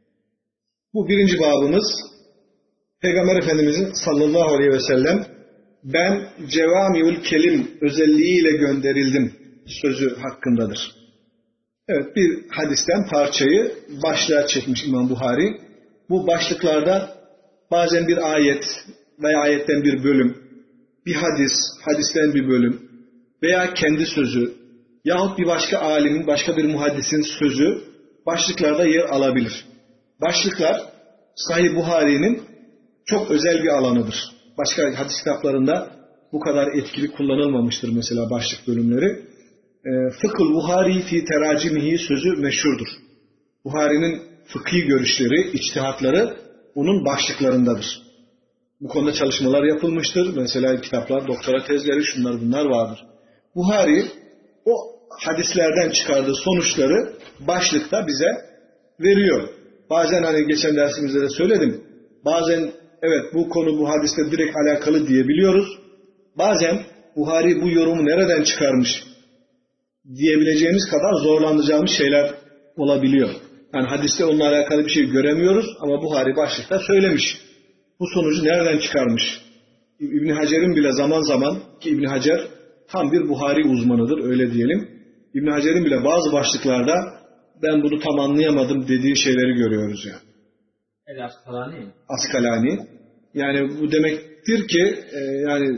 [SPEAKER 1] Bu birinci babımız Peygamber Efendimizin sallallahu aleyhi ve sellem ben cevami'ül kelim özelliğiyle gönderildim sözü hakkındadır. Evet, bir hadisten parçayı başlığa çekmiş İmam Buhari. Bu başlıklarda bazen bir ayet veya ayetten bir bölüm, bir hadis, hadisten bir bölüm veya kendi sözü yahut bir başka alimin, başka bir muhaddisin sözü başlıklarda yer alabilir. Başlıklar Sahih Buhari'nin çok özel bir alanıdır. Başka hadis kitaplarında bu kadar etkili kullanılmamıştır mesela başlık bölümleri. Fıkıh Buhari fi teracimihi sözü meşhurdur. Buhari'nin fıkhi görüşleri, içtihatları onun başlıklarındadır. Bu konuda çalışmalar yapılmıştır. Mesela kitaplar, doktora tezleri, şunlar bunlar vardır. Buhari o hadislerden çıkardığı sonuçları başlıkta bize veriyor. Bazen hani geçen dersimizde de söyledim. Bazen evet bu konu bu hadiste direkt alakalı diyebiliyoruz. Bazen Buhari bu yorumu nereden çıkarmış diyebileceğimiz kadar zorlanacağımız şeyler olabiliyor. Yani hadiste onunla alakalı bir şey göremiyoruz ama Buhari başlıkta söylemiş. Bu sonucu nereden çıkarmış? İbn Hacer'in bile zaman zaman, ki İbn Hacer tam bir Buhari uzmanıdır öyle diyelim. İbn Hacer'in bile bazı başlıklarda ben bunu tam anlayamadım dediği şeyleri görüyoruz yani.
[SPEAKER 4] El Askalani mi?
[SPEAKER 1] Askalani. Yani bu demektir ki e, yani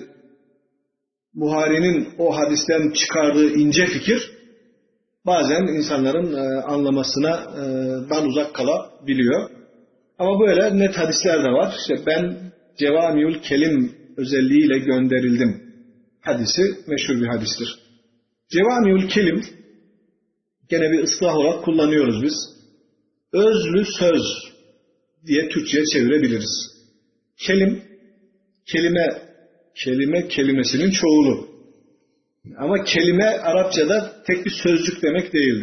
[SPEAKER 1] Buhari'nin o hadisten çıkardığı ince fikir bazen insanların e, anlamasına e, dan uzak kalabiliyor. Ama böyle net hadisler de var. İşte ben Cevamiül Kelim özelliğiyle gönderildim hadisi meşhur bir hadistir. Cevamiül Kelim gene bir ıslah olarak kullanıyoruz biz. Özlü söz diye Türkçe'ye çevirebiliriz. Kelim, kelime, kelime kelimesinin çoğulu. Ama kelime Arapçada tek bir sözcük demek değildir.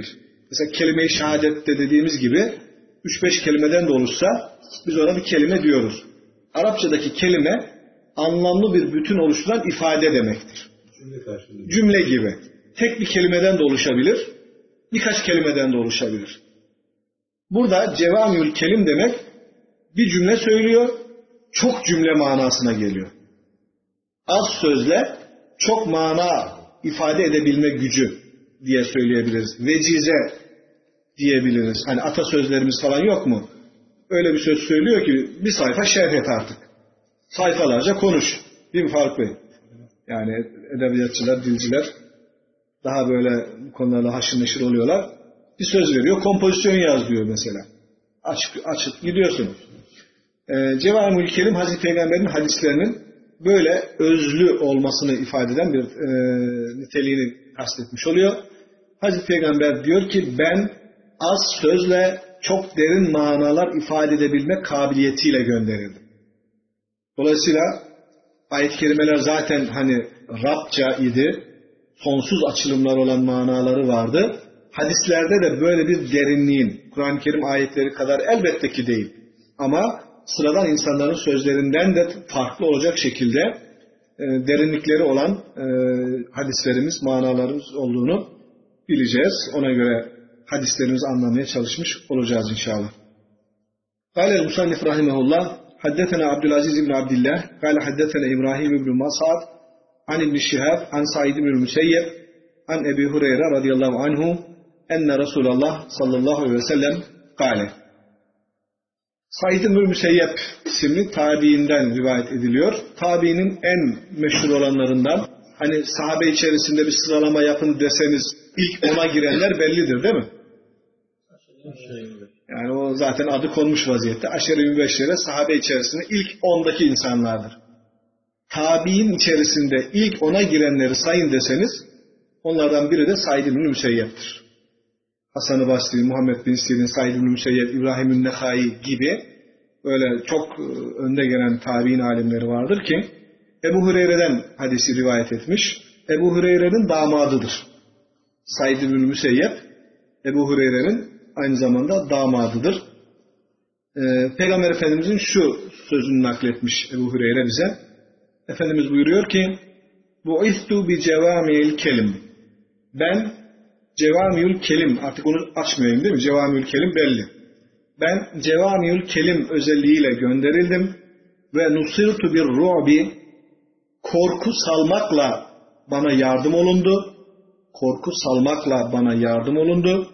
[SPEAKER 1] Mesela kelime-i şehadette dediğimiz gibi üç beş kelimeden de oluşsa biz ona bir kelime diyoruz. Arapçadaki kelime anlamlı bir bütün oluşturan ifade demektir.
[SPEAKER 3] Cümle karşılığı.
[SPEAKER 1] Cümle gibi. Tek bir kelimeden de oluşabilir, birkaç kelimeden de oluşabilir. Burada cevamiül kelim demek bir cümle söylüyor, çok cümle manasına geliyor. Az sözle çok mana ifade edebilme gücü diye söyleyebiliriz. Vecize diyebiliriz. Hani atasözlerimiz falan yok mu? Öyle bir söz söylüyor ki bir sayfa şerh et artık. Sayfalarca konuş. Değil mi Faruk Bey? Yani edebiyatçılar, dilciler daha böyle bu konularla haşır neşir oluyorlar. Bir söz veriyor, kompozisyon yaz diyor mesela. Açık, açık gidiyorsunuz. Ee, Cevamül Kelim Hazreti Peygamber'in hadislerinin böyle özlü olmasını ifade eden bir e, niteliğini kastetmiş oluyor. Hazreti Peygamber diyor ki ben az sözle çok derin manalar ifade edebilme kabiliyetiyle gönderildim. Dolayısıyla ayet-i kerimeler zaten hani Rabça idi. Sonsuz açılımlar olan manaları vardı. Hadislerde de böyle bir derinliğin, Kur'an-ı Kerim ayetleri kadar elbette ki değil. Ama sıradan insanların sözlerinden de farklı olacak şekilde e, derinlikleri olan e, hadislerimiz, manalarımız olduğunu bileceğiz. Ona göre hadislerimizi anlamaya çalışmış olacağız inşallah. Kâle el-Musannif rahimehullah, haddetena Abdülaziz ibn Abdillah, kâle haddetena İbrahim ibn Mas'ad, an ibn Şihab, an Said ibn Müseyyeb, an Ebi Hureyre radıyallahu anhu, enne Resulullah sallallahu aleyhi ve sellem kâle. Said ibn Müseyyeb isimli tabiinden rivayet ediliyor. Tabiinin en meşhur olanlarından, hani sahabe içerisinde bir sıralama yapın deseniz ilk ona girenler bellidir değil mi? Yani o zaten adı konmuş vaziyette. Aşere-i mübeşşere sahabe içerisinde ilk ondaki insanlardır. Tabiin içerisinde ilk ona girenleri sayın deseniz onlardan biri de Said ibn Müseyyeb'tir. Hasan-ı Basri, Muhammed bin Sirin, Said ibn Müseyyeb, İbrahim-ün Nehai gibi böyle çok önde gelen tabiin alimleri vardır ki Ebu Hureyre'den hadisi rivayet etmiş. Ebu Hureyre'nin damadıdır. Said ibn Müseyyeb, Ebu Hureyre'nin aynı zamanda damadıdır. Ee, Peygamber Efendimizin şu sözünü nakletmiş Ebu Hureyre bize. Efendimiz buyuruyor ki bu'ithu bi cevami'l kelim. Ben cevami'ül kelim, artık onu açmayayım değil mi? Cevami'ül kelim belli. Ben cevami'ül kelim özelliğiyle gönderildim ve nusirtu bir ru'bi, korku salmakla bana yardım olundu. Korku salmakla bana yardım olundu.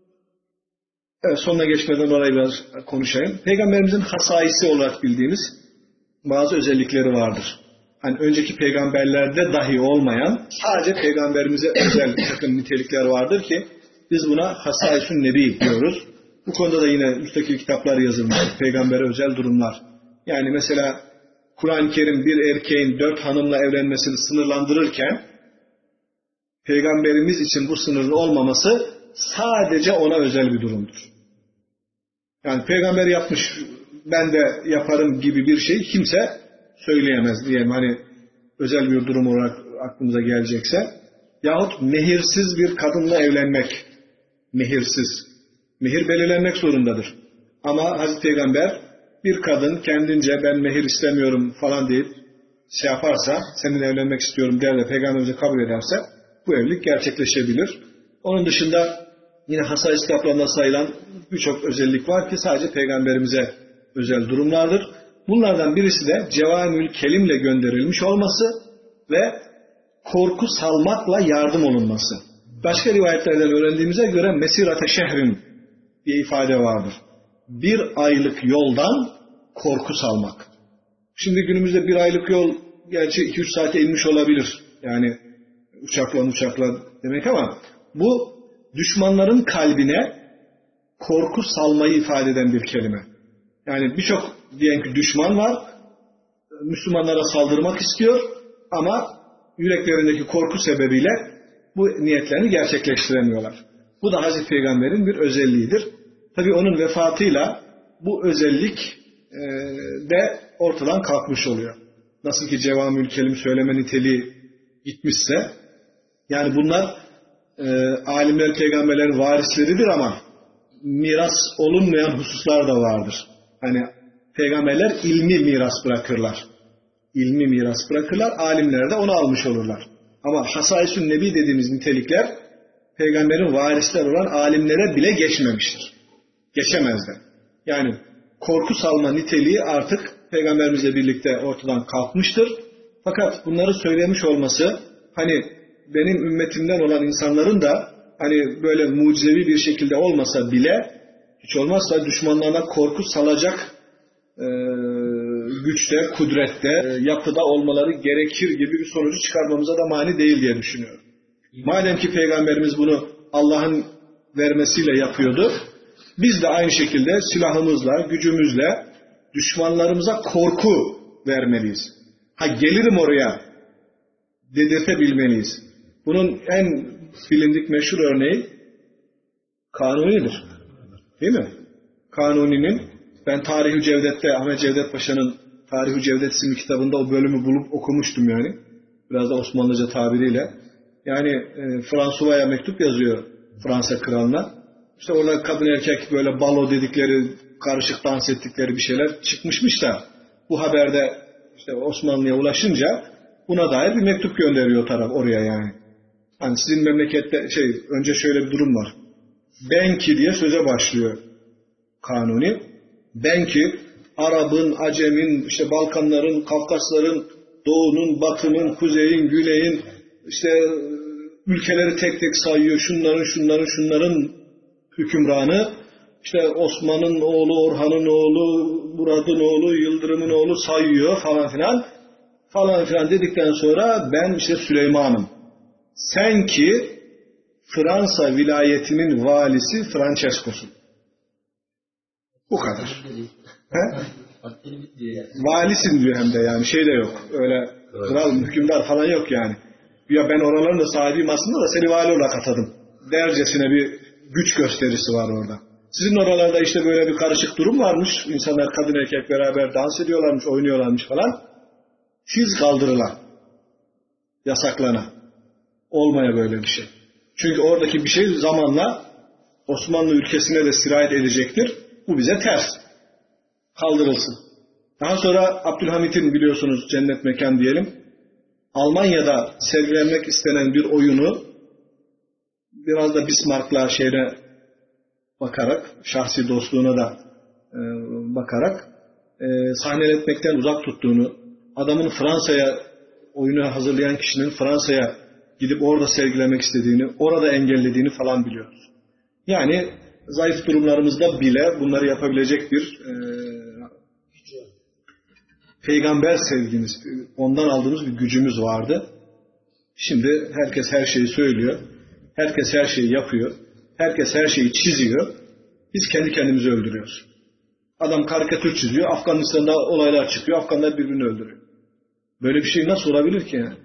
[SPEAKER 1] Evet, sonuna geçmeden orayı biraz konuşayım. Peygamberimizin hasaisi olarak bildiğimiz bazı özellikleri vardır. Hani önceki peygamberlerde dahi olmayan sadece peygamberimize özel bir takım nitelikler vardır ki biz buna hasaisun nebi diyoruz. Bu konuda da yine müstakil kitaplar yazılmış. Peygambere özel durumlar. Yani mesela Kur'an-ı Kerim bir erkeğin dört hanımla evlenmesini sınırlandırırken peygamberimiz için bu sınırın olmaması sadece ona özel bir durumdur. Yani peygamber yapmış, ben de yaparım gibi bir şey kimse söyleyemez diyelim. Hani özel bir durum olarak aklımıza gelecekse. Yahut mehirsiz bir kadınla evlenmek. Mehirsiz. Mehir belirlenmek zorundadır. Ama Hazreti Peygamber bir kadın kendince ben mehir istemiyorum falan deyip şey yaparsa, seninle evlenmek istiyorum der ve peygamberimize kabul ederse bu evlilik gerçekleşebilir. Onun dışında yine hasais kitaplarında sayılan birçok özellik var ki sadece peygamberimize özel durumlardır. Bunlardan birisi de cevamül kelimle gönderilmiş olması ve korku salmakla yardım olunması. Başka rivayetlerden öğrendiğimize göre mesirate şehrin diye ifade vardır. Bir aylık yoldan korku salmak. Şimdi günümüzde bir aylık yol gerçi iki üç saate inmiş olabilir. Yani uçakla uçakla demek ama bu düşmanların kalbine korku salmayı ifade eden bir kelime. Yani birçok diyelim ki düşman var, Müslümanlara saldırmak istiyor ama yüreklerindeki korku sebebiyle bu niyetlerini gerçekleştiremiyorlar. Bu da Hazreti Peygamber'in bir özelliğidir. Tabii onun vefatıyla bu özellik e, de ortadan kalkmış oluyor. Nasıl ki cevamül kelim söyleme niteliği gitmişse, yani bunlar e, alimler peygamberlerin varisleridir ama miras olunmayan hususlar da vardır. Hani peygamberler ilmi miras bırakırlar. İlmi miras bırakırlar. Alimler de onu almış olurlar. Ama hasais-ün nebi dediğimiz nitelikler peygamberin varisler olan alimlere bile geçmemiştir. Geçemezler. Yani korku salma niteliği artık peygamberimizle birlikte ortadan kalkmıştır. Fakat bunları söylemiş olması hani benim ümmetimden olan insanların da hani böyle mucizevi bir şekilde olmasa bile hiç olmazsa düşmanlarına korku salacak e, güçte, kudrette, e, yapıda olmaları gerekir gibi bir sonucu çıkarmamıza da mani değil diye düşünüyorum. Madem ki peygamberimiz bunu Allah'ın vermesiyle yapıyordu, biz de aynı şekilde silahımızla, gücümüzle düşmanlarımıza korku vermeliyiz. Ha gelirim oraya dedirtebilmeliyiz. Bunun en bilindik meşhur örneği Kanuni'dir. Değil mi? Kanuni'nin, ben Tarih-i Cevdet'te, Ahmet Cevdet Paşa'nın Tarih-i Cevdet isimli kitabında o bölümü bulup okumuştum yani. Biraz da Osmanlıca tabiriyle. Yani e, Fransuva'ya mektup yazıyor Fransa kralına. İşte orada kadın erkek böyle balo dedikleri, karışık dans ettikleri bir şeyler çıkmışmış da bu haberde işte Osmanlı'ya ulaşınca buna dair bir mektup gönderiyor o taraf oraya yani. Hani sizin memlekette şey önce şöyle bir durum var. Ben ki diye söze başlıyor Kanuni. Ben ki Arap'ın, Acem'in, işte Balkanların, Kafkasların, Doğu'nun, Batı'nın, Kuzey'in, Güney'in işte ülkeleri tek tek sayıyor. Şunların, şunların, şunların hükümranı. İşte Osman'ın oğlu, Orhan'ın oğlu, Murad'ın oğlu, Yıldırım'ın oğlu sayıyor falan filan. Falan filan dedikten sonra ben işte Süleyman'ım. Sen ki Fransa vilayetinin valisi Francesco'sun. Bu kadar. He? Valisin diyor hem de yani şey de yok. Öyle kral, hükümdar falan yok yani. Ya ben oraların da sahibiyim aslında da seni vali olarak atadım. Dercesine bir güç gösterisi var orada. Sizin oralarda işte böyle bir karışık durum varmış. İnsanlar kadın erkek beraber dans ediyorlarmış, oynuyorlarmış falan. Siz kaldırılan, yasaklana. Olmaya böyle bir şey. Çünkü oradaki bir şey zamanla Osmanlı ülkesine de sirayet edecektir. Bu bize ters. Kaldırılsın. Daha sonra Abdülhamit'in biliyorsunuz cennet mekan diyelim. Almanya'da sergilenmek istenen bir oyunu biraz da Bismarck'la şeyine bakarak, şahsi dostluğuna da e, bakarak e, sahneletmekten uzak tuttuğunu, adamın Fransa'ya oyunu hazırlayan kişinin Fransa'ya gidip orada sergilemek istediğini, orada engellediğini falan biliyoruz. Yani zayıf durumlarımızda bile bunları yapabilecek bir e, peygamber sevgimiz, ondan aldığımız bir gücümüz vardı. Şimdi herkes her şeyi söylüyor, herkes her şeyi yapıyor, herkes her şeyi çiziyor. Biz kendi kendimizi öldürüyoruz. Adam karikatür çiziyor, Afganistan'da olaylar çıkıyor, Afganlar birbirini öldürüyor. Böyle bir şey nasıl olabilir ki yani?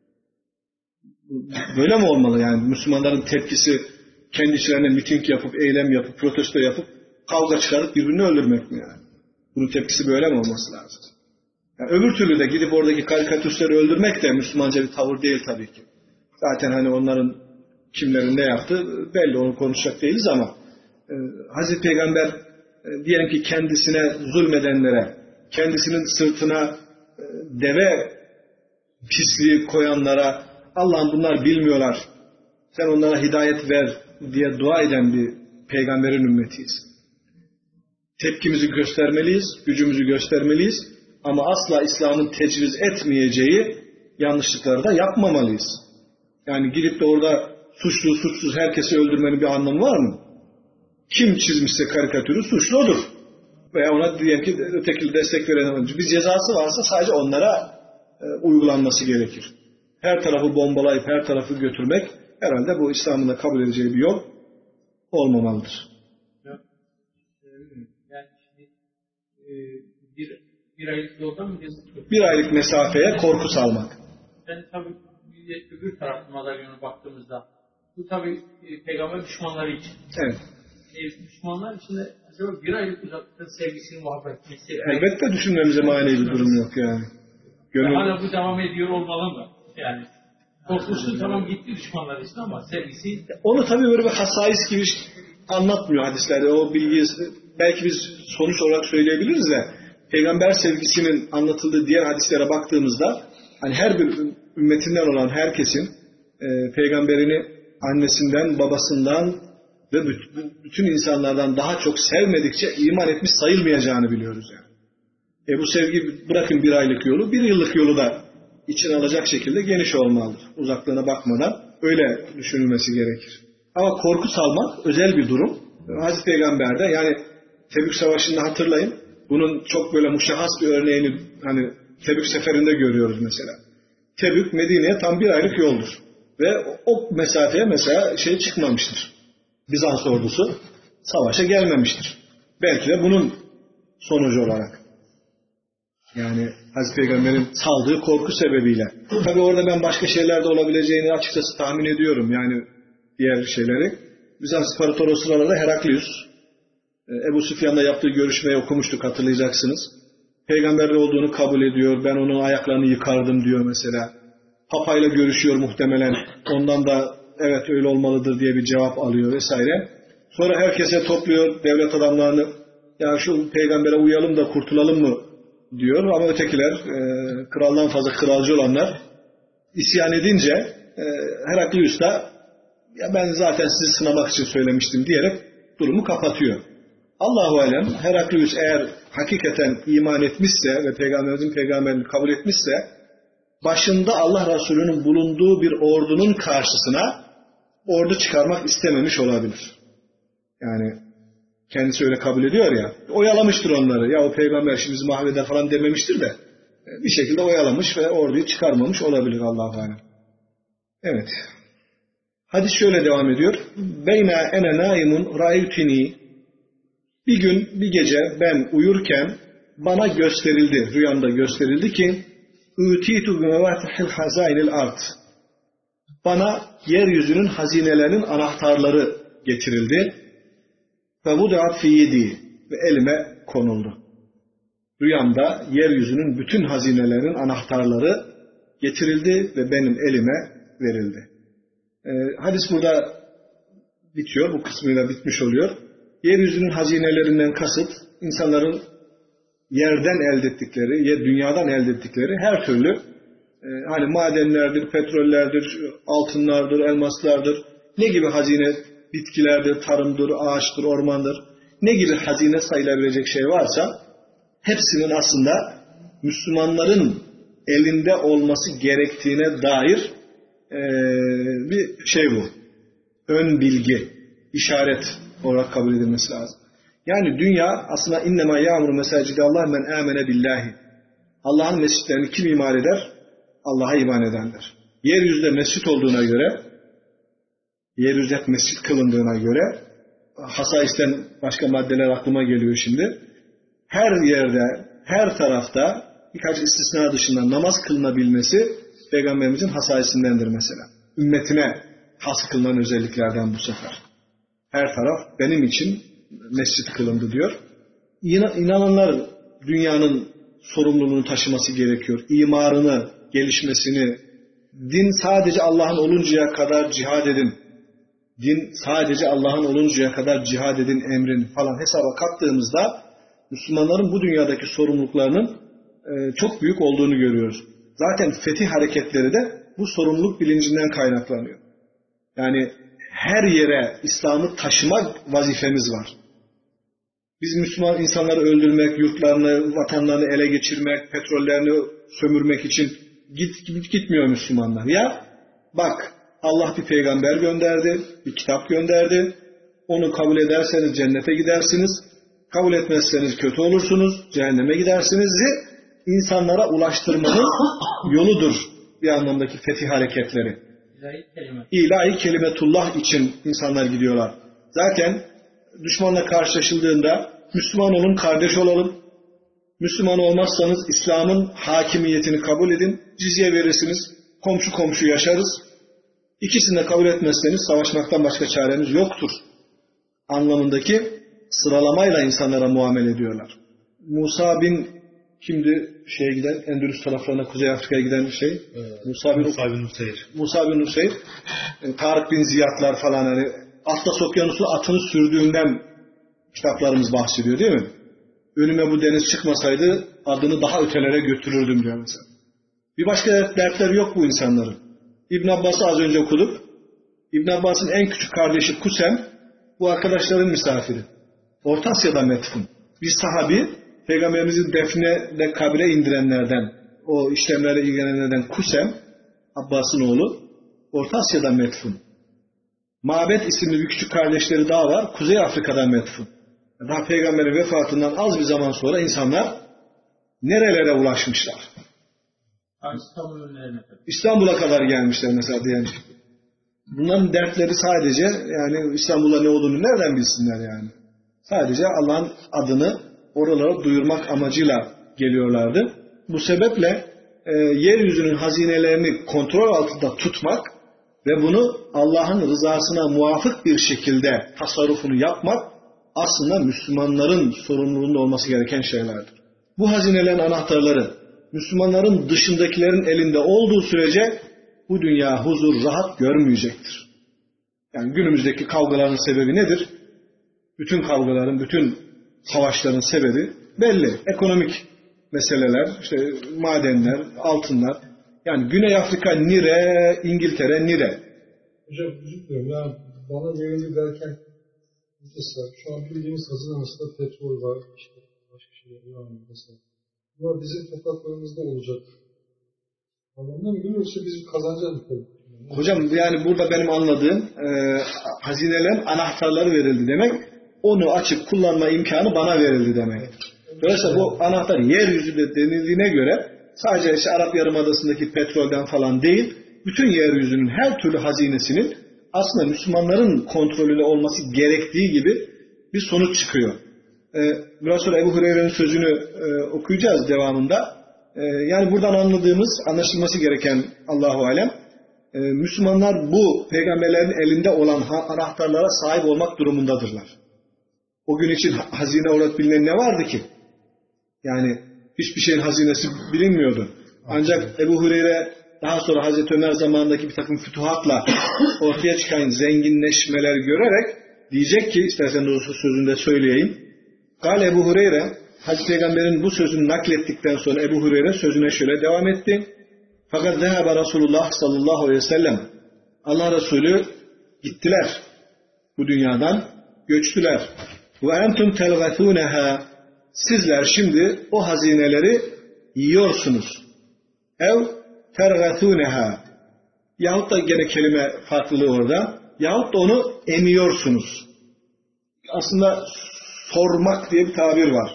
[SPEAKER 1] Böyle mi olmalı yani? Müslümanların tepkisi kendi içlerine miting yapıp, eylem yapıp, protesto yapıp, kavga çıkarıp birbirini öldürmek mi yani? Bunun tepkisi böyle mi olması lazım? Yani öbür türlü de gidip oradaki karikatüristleri öldürmek de Müslümanca bir tavır değil tabii ki. Zaten hani onların kimlerin ne yaptı belli, onu konuşacak değiliz ama e, Hazreti Peygamber e, diyelim ki kendisine zulmedenlere, kendisinin sırtına e, deve pisliği koyanlara, Allah'ım bunlar bilmiyorlar, sen onlara hidayet ver diye dua eden bir peygamberin ümmetiyiz. Tepkimizi göstermeliyiz, gücümüzü göstermeliyiz ama asla İslam'ın tecviz etmeyeceği yanlışlıkları da yapmamalıyız. Yani gidip de orada suçlu suçsuz herkesi öldürmenin bir anlamı var mı? Kim çizmişse karikatürü suçlu odur. Veya ona diyelim ki ötekili destek veren bir cezası varsa sadece onlara e, uygulanması gerekir. Her tarafı bombalayıp her tarafı götürmek herhalde bu İslam'ın da kabul edeceği bir yol olmamalıdır.
[SPEAKER 4] Yani şimdi e, bir, bir aylık yoldan mı gezdik?
[SPEAKER 1] Bir aylık mesafeye korku salmak.
[SPEAKER 4] Yani tabii öbür tarafı madalyona baktığımızda bu tabii e, peygamber düşmanları için.
[SPEAKER 1] Evet.
[SPEAKER 4] E, düşmanlar için de acaba bir aylık uzaklıkta sevgisini muhabbetini
[SPEAKER 1] elbette düşünmemize mani bir durum yok yani. Gönül...
[SPEAKER 4] Hala bu devam ediyor olmalı mı? Yani Korkusu tamam gitti düşmanlar için ama sevgisi...
[SPEAKER 1] Onu tabii böyle bir hasais gibi anlatmıyor hadislerde. O bilgiyi belki biz sonuç olarak söyleyebiliriz de peygamber sevgisinin anlatıldığı diğer hadislere baktığımızda hani her bir ümmetinden olan herkesin e, peygamberini annesinden, babasından ve bütün insanlardan daha çok sevmedikçe iman etmiş sayılmayacağını biliyoruz yani. E bu sevgi bırakın bir aylık yolu, bir yıllık yolu da içine alacak şekilde geniş olmalıdır. Uzaklığına bakmadan öyle düşünülmesi gerekir. Ama korku salmak özel bir durum. Hazreti Peygamber'de yani Tebük Savaşı'nda hatırlayın. Bunun çok böyle muşahhas bir örneğini hani Tebük seferinde görüyoruz mesela. Tebük Medine'ye tam bir aylık yoldur. Ve o mesafeye mesela şey çıkmamıştır. Bizans ordusu savaşa gelmemiştir. Belki de bunun sonucu olarak. Yani Hazreti Peygamber'in saldığı korku sebebiyle. Tabi orada ben başka şeyler de olabileceğini açıkçası tahmin ediyorum. Yani diğer şeyleri. Bizans İmparatoru o sırada Heraklius. Ebu Süfyan'la yaptığı görüşmeyi okumuştuk, hatırlayacaksınız. Peygamberli olduğunu kabul ediyor. Ben onun ayaklarını yıkardım diyor mesela. Papayla görüşüyor muhtemelen. Ondan da evet öyle olmalıdır diye bir cevap alıyor vesaire. Sonra herkese topluyor devlet adamlarını. Ya şu peygambere uyalım da kurtulalım mı diyor. Ama ötekiler, e, kraldan fazla kralcı olanlar isyan edince e, Heraklius da ya ben zaten sizi sınamak için söylemiştim diyerek durumu kapatıyor. Allahu alem Heraklius eğer hakikaten iman etmişse ve peygamberimizin peygamberini kabul etmişse başında Allah Resulü'nün bulunduğu bir ordunun karşısına ordu çıkarmak istememiş olabilir. Yani kendisi öyle kabul ediyor ya. Oyalamıştır onları. Ya o peygamber şimdi bizi mahveder falan dememiştir de bir şekilde oyalamış ve orduyu çıkarmamış olabilir Allahu alem. Evet. Hadis şöyle devam ediyor. Beyna ene naimun ra'aytuni. Bir gün, bir gece ben uyurken bana gösterildi, rüyamda gösterildi ki Utitu bimevatihil hazainil ard. Bana yeryüzünün hazinelerinin anahtarları getirildi. Ve vudiat fi yedi ve elime konuldu. Rüyamda yeryüzünün bütün hazinelerinin anahtarları getirildi ve benim elime verildi. Ee, hadis burada bitiyor, bu kısmıyla bitmiş oluyor. Yeryüzünün hazinelerinden kasıt insanların yerden elde ettikleri, yer, dünyadan elde ettikleri her türlü e, hani madenlerdir, petrollerdir, altınlardır, elmaslardır, ne gibi hazine, bitkilerdir, tarımdır, ağaçtır, ormandır, ne gibi hazine sayılabilecek şey varsa hepsinin aslında Müslümanların elinde olması gerektiğine dair e, bir şey bu. Ön bilgi, işaret olarak kabul edilmesi lazım. Yani dünya aslında innema ya'muru mesacide Allah men amene billahi. Allah'ın mescitlerini kim imar eder? Allah'a iman edenler. Yeryüzünde mescit olduğuna göre, yeryüzünde mescit kılındığına göre, hasaisten başka maddeler aklıma geliyor şimdi. Her yerde, her tarafta birkaç istisna dışında namaz kılınabilmesi Peygamberimizin hasaisindendir mesela. Ümmetine has kılınan özelliklerden bu sefer. Her taraf benim için mescit kılındı diyor. İnananlar dünyanın sorumluluğunu taşıması gerekiyor. İmarını, gelişmesini, din sadece Allah'ın oluncaya kadar cihad edin. Din sadece Allah'ın oluncaya kadar cihad edin emrin falan hesaba kattığımızda Müslümanların bu dünyadaki sorumluluklarının e, çok büyük olduğunu görüyoruz. Zaten fetih hareketleri de bu sorumluluk bilincinden kaynaklanıyor. Yani her yere İslam'ı taşımak vazifemiz var. Biz Müslüman insanları öldürmek, yurtlarını, vatanlarını ele geçirmek, petrollerini sömürmek için git, git, gitmiyor Müslümanlar. Ya bak Allah bir peygamber gönderdi, bir kitap gönderdi. Onu kabul ederseniz cennete gidersiniz. Kabul etmezseniz kötü olursunuz, cehenneme gidersiniz. İnsanlara ulaştırmanın yoludur bir anlamdaki fetih hareketleri.
[SPEAKER 4] İlahi kelime.
[SPEAKER 1] İlahi kelimetullah için insanlar gidiyorlar. Zaten düşmanla karşılaşıldığında Müslüman olun, kardeş olalım. Müslüman olmazsanız İslam'ın hakimiyetini kabul edin. Cizye verirsiniz. Komşu komşu yaşarız. İkisini de kabul etmezseniz savaşmaktan başka çareniz yoktur anlamındaki sıralamayla insanlara muamele ediyorlar. Musa bin Şimdi şeye giden, Endülüs taraflarına, Kuzey Afrika'ya giden şey, evet. Musa bin Nusayr. Musa bin Nusayr, yani Tarık bin Ziyadlar falan, hani Atlas Okyanusu atını sürdüğünden kitaplarımız bahsediyor değil mi? Önüme bu deniz çıkmasaydı adını daha ötelere götürürdüm diyor mesela. Bir başka dertler yok bu insanların. İbn Abbas'ı az önce okuduk. İbn Abbas'ın en küçük kardeşi Kusem, bu arkadaşların misafiri. Orta Asya'da metfun. Bir sahabi, Peygamberimizin defne de kabre indirenlerden, o işlemlerle ilgilenenlerden Kusem, Abbas'ın oğlu, Orta Asya'da metfun. Mabet isimli bir küçük kardeşleri daha var, Kuzey Afrika'da metfun. Daha Peygamberin vefatından az bir zaman sonra insanlar nerelere ulaşmışlar? İstanbul'a kadar gelmişler mesela diyelim. Bunların dertleri sadece, yani İstanbul'da ne olduğunu nereden bilsinler yani? Sadece Allah'ın adını oralara duyurmak amacıyla geliyorlardı. Bu sebeple e, yeryüzünün hazinelerini kontrol altında tutmak ve bunu Allah'ın rızasına muvafık bir şekilde tasarrufunu yapmak aslında Müslümanların sorumluluğunda olması gereken şeylerdir. Bu hazinelerin anahtarları Müslümanların dışındakilerin elinde olduğu sürece bu dünya huzur, rahat görmeyecektir. Yani günümüzdeki kavgaların sebebi nedir? Bütün kavgaların, bütün savaşların sebebi belli. Ekonomik meseleler, işte madenler, altınlar. Yani Güney Afrika nire, İngiltere nire.
[SPEAKER 3] Hocam özür dilerim. Yani bana verildi derken mesela şu an bildiğimiz hazine mesela petrol var, işte başka şeyler var mesela. Bunlar bizim topraklarımızda olacak. Anlamda mı bilmiyorum, yoksa biz kazanacağız mı?
[SPEAKER 1] Hocam yani burada benim anladığım e, hazinelerin anahtarları verildi demek, onu açıp kullanma imkanı bana verildi demek. Dolayısıyla bu anahtar yeryüzünde denildiğine göre sadece işte Arap Yarımadası'ndaki petrolden falan değil, bütün yeryüzünün her türlü hazinesinin aslında Müslümanların kontrolüyle olması gerektiği gibi bir sonuç çıkıyor. Ee, biraz sonra Ebu Hureyre'nin sözünü e, okuyacağız devamında. Ee, yani buradan anladığımız, anlaşılması gereken Allahu alem, e, Müslümanlar bu peygamberlerin elinde olan anahtarlara sahip olmak durumundadırlar. O gün için hazine olarak bilinen ne vardı ki? Yani hiçbir şeyin hazinesi bilinmiyordu. Ancak Ebu Hureyre daha sonra Hazreti Ömer zamanındaki bir takım fütuhatla ortaya çıkan zenginleşmeler görerek diyecek ki, istersen doğrusu sözünde söyleyeyim. Gal Ebu Hureyre, Hazreti Peygamber'in bu sözünü naklettikten sonra Ebu Hureyre sözüne şöyle devam etti. Fakat zehaba Resulullah sallallahu aleyhi ve sellem, Allah Resulü gittiler bu dünyadan, göçtüler. Ve entum telgâthûneha, sizler şimdi o hazineleri yiyorsunuz. Ev tergâthûneha, yahut da gene kelime farklılığı orada, yahut da onu emiyorsunuz. Aslında sormak diye bir tabir var.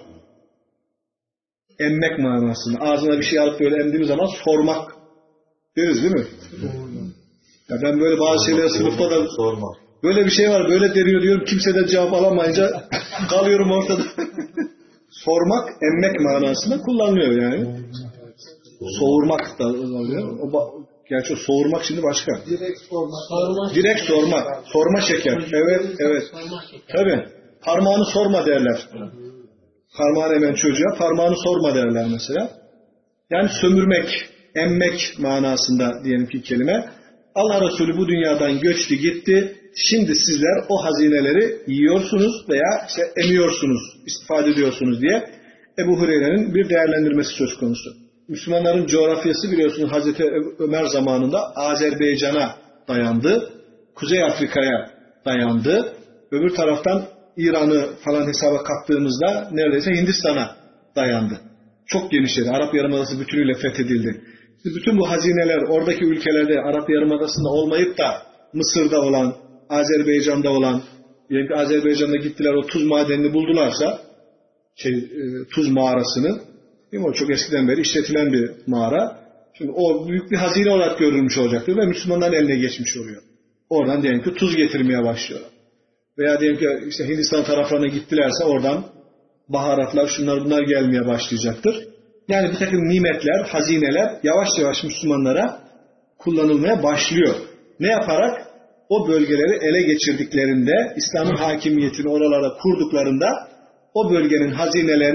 [SPEAKER 1] Emmek manasında. Ağzına bir şey alıp böyle emdiğimiz zaman sormak deriz değil mi? Ya ben böyle bazı şeyleri sınıfta da sormak. Böyle bir şey var, böyle deniyor diyorum. Kimseden cevap alamayınca kalıyorum ortada. Sormak, emmek manasında kullanılıyor yani. Soğurmak da oluyor. O, gerçi o soğurmak şimdi başka.
[SPEAKER 2] Direkt sormak. Sorma
[SPEAKER 1] Direkt sormak. Sorma şeker. Evet, evet. Tabii. Parmağını sorma derler. Parmağını emen çocuğa parmağını sorma derler mesela. Yani sömürmek, emmek manasında diyelim ki kelime. Allah Resulü bu dünyadan göçtü gitti. Şimdi sizler o hazineleri yiyorsunuz veya işte emiyorsunuz, istifade ediyorsunuz diye Ebu Hureyre'nin bir değerlendirmesi söz konusu. Müslümanların coğrafyası biliyorsunuz Hazreti Ömer zamanında Azerbaycan'a dayandı. Kuzey Afrika'ya dayandı. Öbür taraftan İran'ı falan hesaba kattığımızda neredeyse Hindistan'a dayandı. Çok genişledi. Arap Yarımadası bütünüyle fethedildi. Bütün bu hazineler oradaki ülkelerde Arap Yarımadası'nda olmayıp da Mısır'da olan, Azerbaycan'da olan, diyelim ki Azerbaycan'da gittiler o tuz madenini buldularsa, şey, e, tuz mağarasını, değil mi? O çok eskiden beri işletilen bir mağara. Şimdi o büyük bir hazine olarak görülmüş olacaktır ve Müslümanların eline geçmiş oluyor. Oradan diyelim ki tuz getirmeye başlıyorlar. Veya diyelim ki işte Hindistan taraflarına gittilerse oradan baharatlar, şunlar bunlar gelmeye başlayacaktır. Yani bir takım nimetler, hazineler yavaş yavaş Müslümanlara kullanılmaya başlıyor. Ne yaparak? O bölgeleri ele geçirdiklerinde, İslam'ın hakimiyetini oralara kurduklarında o bölgenin hazinelerini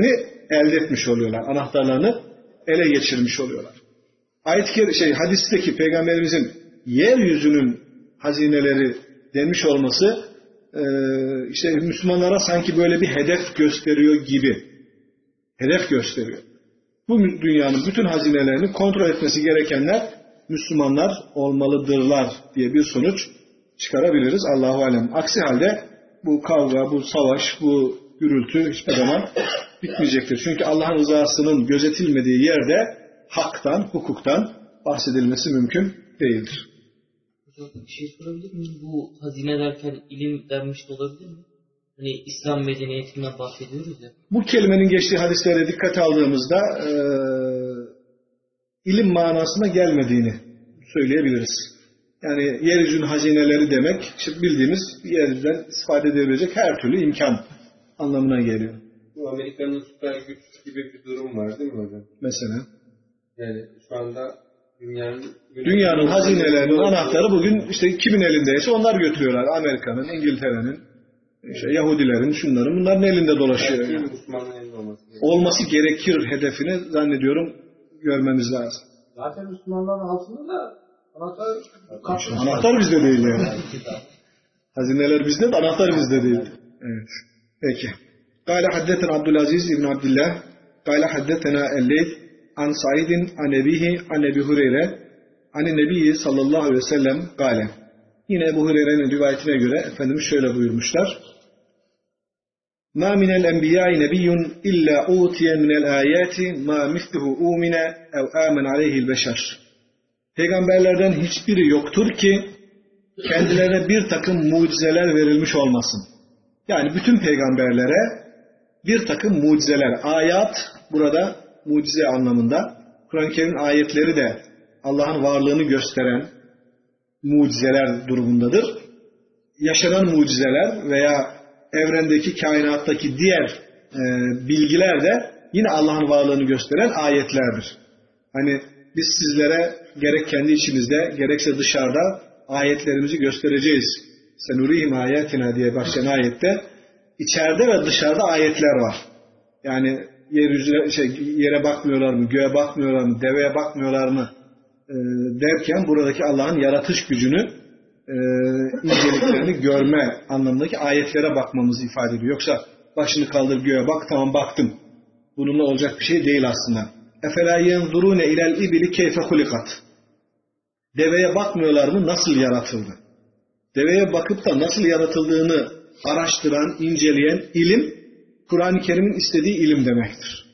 [SPEAKER 1] elde etmiş oluyorlar. Anahtarlarını ele geçirmiş oluyorlar. Ayet-i şey, hadisteki Peygamberimizin yeryüzünün hazineleri demiş olması e, işte Müslümanlara sanki böyle bir hedef gösteriyor gibi. Hedef gösteriyor. Bu dünyanın bütün hazinelerini kontrol etmesi gerekenler Müslümanlar olmalıdırlar diye bir sonuç çıkarabiliriz. Allahu alem. Aksi halde bu kavga, bu savaş, bu gürültü hiçbir zaman bitmeyecektir. Çünkü Allah'ın rızasının gözetilmediği yerde haktan, hukuktan bahsedilmesi mümkün değildir.
[SPEAKER 5] Hocam bir şey sorabilir miyim? Bu hazine derken ilim denmiş de olabilir mi? Hani İslam medeniyetinden bahsediyoruz ya.
[SPEAKER 1] Bu kelimenin geçtiği hadislere dikkat aldığımızda e, ilim manasına gelmediğini söyleyebiliriz. Yani yeryüzünün hazineleri demek, işte bildiğimiz yeryüzünden istifade edebilecek her türlü imkan anlamına geliyor.
[SPEAKER 6] Bu Amerika'nın süper güç gibi bir durum var değil mi hocam?
[SPEAKER 1] Mesela.
[SPEAKER 6] Yani şu anda dünyanın
[SPEAKER 1] dünyanın hazinelerinin anahtarı bugün işte kimin elindeyse onlar götürüyorlar. Amerika'nın, İngiltere'nin, işte Yahudilerin, şunların, bunların elinde dolaşıyor. Yani.
[SPEAKER 6] Olması,
[SPEAKER 1] olması gerekir hedefini zannediyorum görmemiz lazım.
[SPEAKER 2] Zaten Müslümanların altında da anahtar kaplı.
[SPEAKER 1] Anahtar bizde değil yani. Hazineler bizde de anahtar bizde değil. Evet. Peki. Kâle haddeten Abdülaziz İbn Abdillah. Kâle haddetena el-Leyth an Sa'idin an Ebihi an Ebi Hureyre an Nebi sallallahu aleyhi ve sellem kâle. Yine Ebu Hureyre'nin rivayetine göre Efendimiz şöyle buyurmuşlar. مَا مِنَ الْاَنْبِيَاءِ نَبِيٌّ اِلَّا اُوْتِيَ مِنَ الْآيَاتِ مَا مِثْلُهُ اُؤْمِنَ اَوْ آمَنْ عَلَيْهِ الْبَشَرِ Peygamberlerden hiçbiri yoktur ki kendilerine bir takım mucizeler verilmiş olmasın. Yani bütün peygamberlere bir takım mucizeler, ayat burada mucize anlamında. Kur'an-ı Kerim'in ayetleri de Allah'ın varlığını gösteren mucizeler durumundadır. Yaşanan mucizeler veya evrendeki, kainattaki diğer e, bilgiler de yine Allah'ın varlığını gösteren ayetlerdir. Hani biz sizlere gerek kendi içimizde gerekse dışarıda ayetlerimizi göstereceğiz. Senurihim ayatina diye başlayan ayette içeride ve dışarıda ayetler var. Yani yeryüzüne, şey, yere bakmıyorlar mı, göğe bakmıyorlar mı, deveye bakmıyorlar mı e, derken buradaki Allah'ın yaratış gücünü e, inceliklerini görme anlamındaki ayetlere bakmamızı ifade ediyor. Yoksa başını kaldır göğe bak, tamam baktım. Bununla olacak bir şey değil aslında. Efela yenzurune ilel ibili keyfe hulikat. Deveye bakmıyorlar mı? Nasıl yaratıldı? Deveye bakıp da nasıl yaratıldığını araştıran, inceleyen ilim, Kur'an-ı Kerim'in istediği ilim demektir.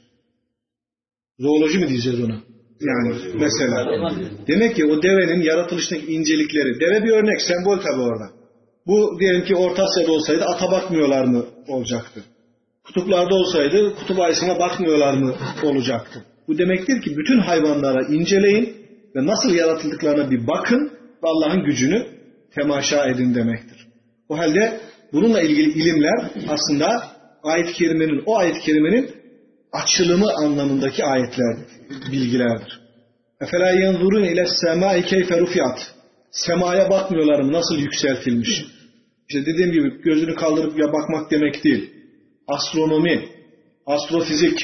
[SPEAKER 1] Zooloji mi diyeceğiz ona? Yani mesela. Demek ki o devenin yaratılışındaki incelikleri, deve bir örnek, sembol tabi orada. Bu diyelim ki Orta Asya'da olsaydı ata bakmıyorlar mı olacaktı. Kutuplarda olsaydı kutup ayısına bakmıyorlar mı olacaktı. Bu demektir ki bütün hayvanlara inceleyin ve nasıl yaratıldıklarına bir bakın ve Allah'ın gücünü temaşa edin demektir. O halde bununla ilgili ilimler aslında ayet-i kerimenin, o ayet-i kerimenin açılımı anlamındaki ayetler, bilgilerdir. Efela yenzurun ile semai keyfe rufiat. Semaya bakmıyorlar mı? Nasıl yükseltilmiş? İşte dediğim gibi gözünü kaldırıp ya bakmak demek değil. Astronomi, astrofizik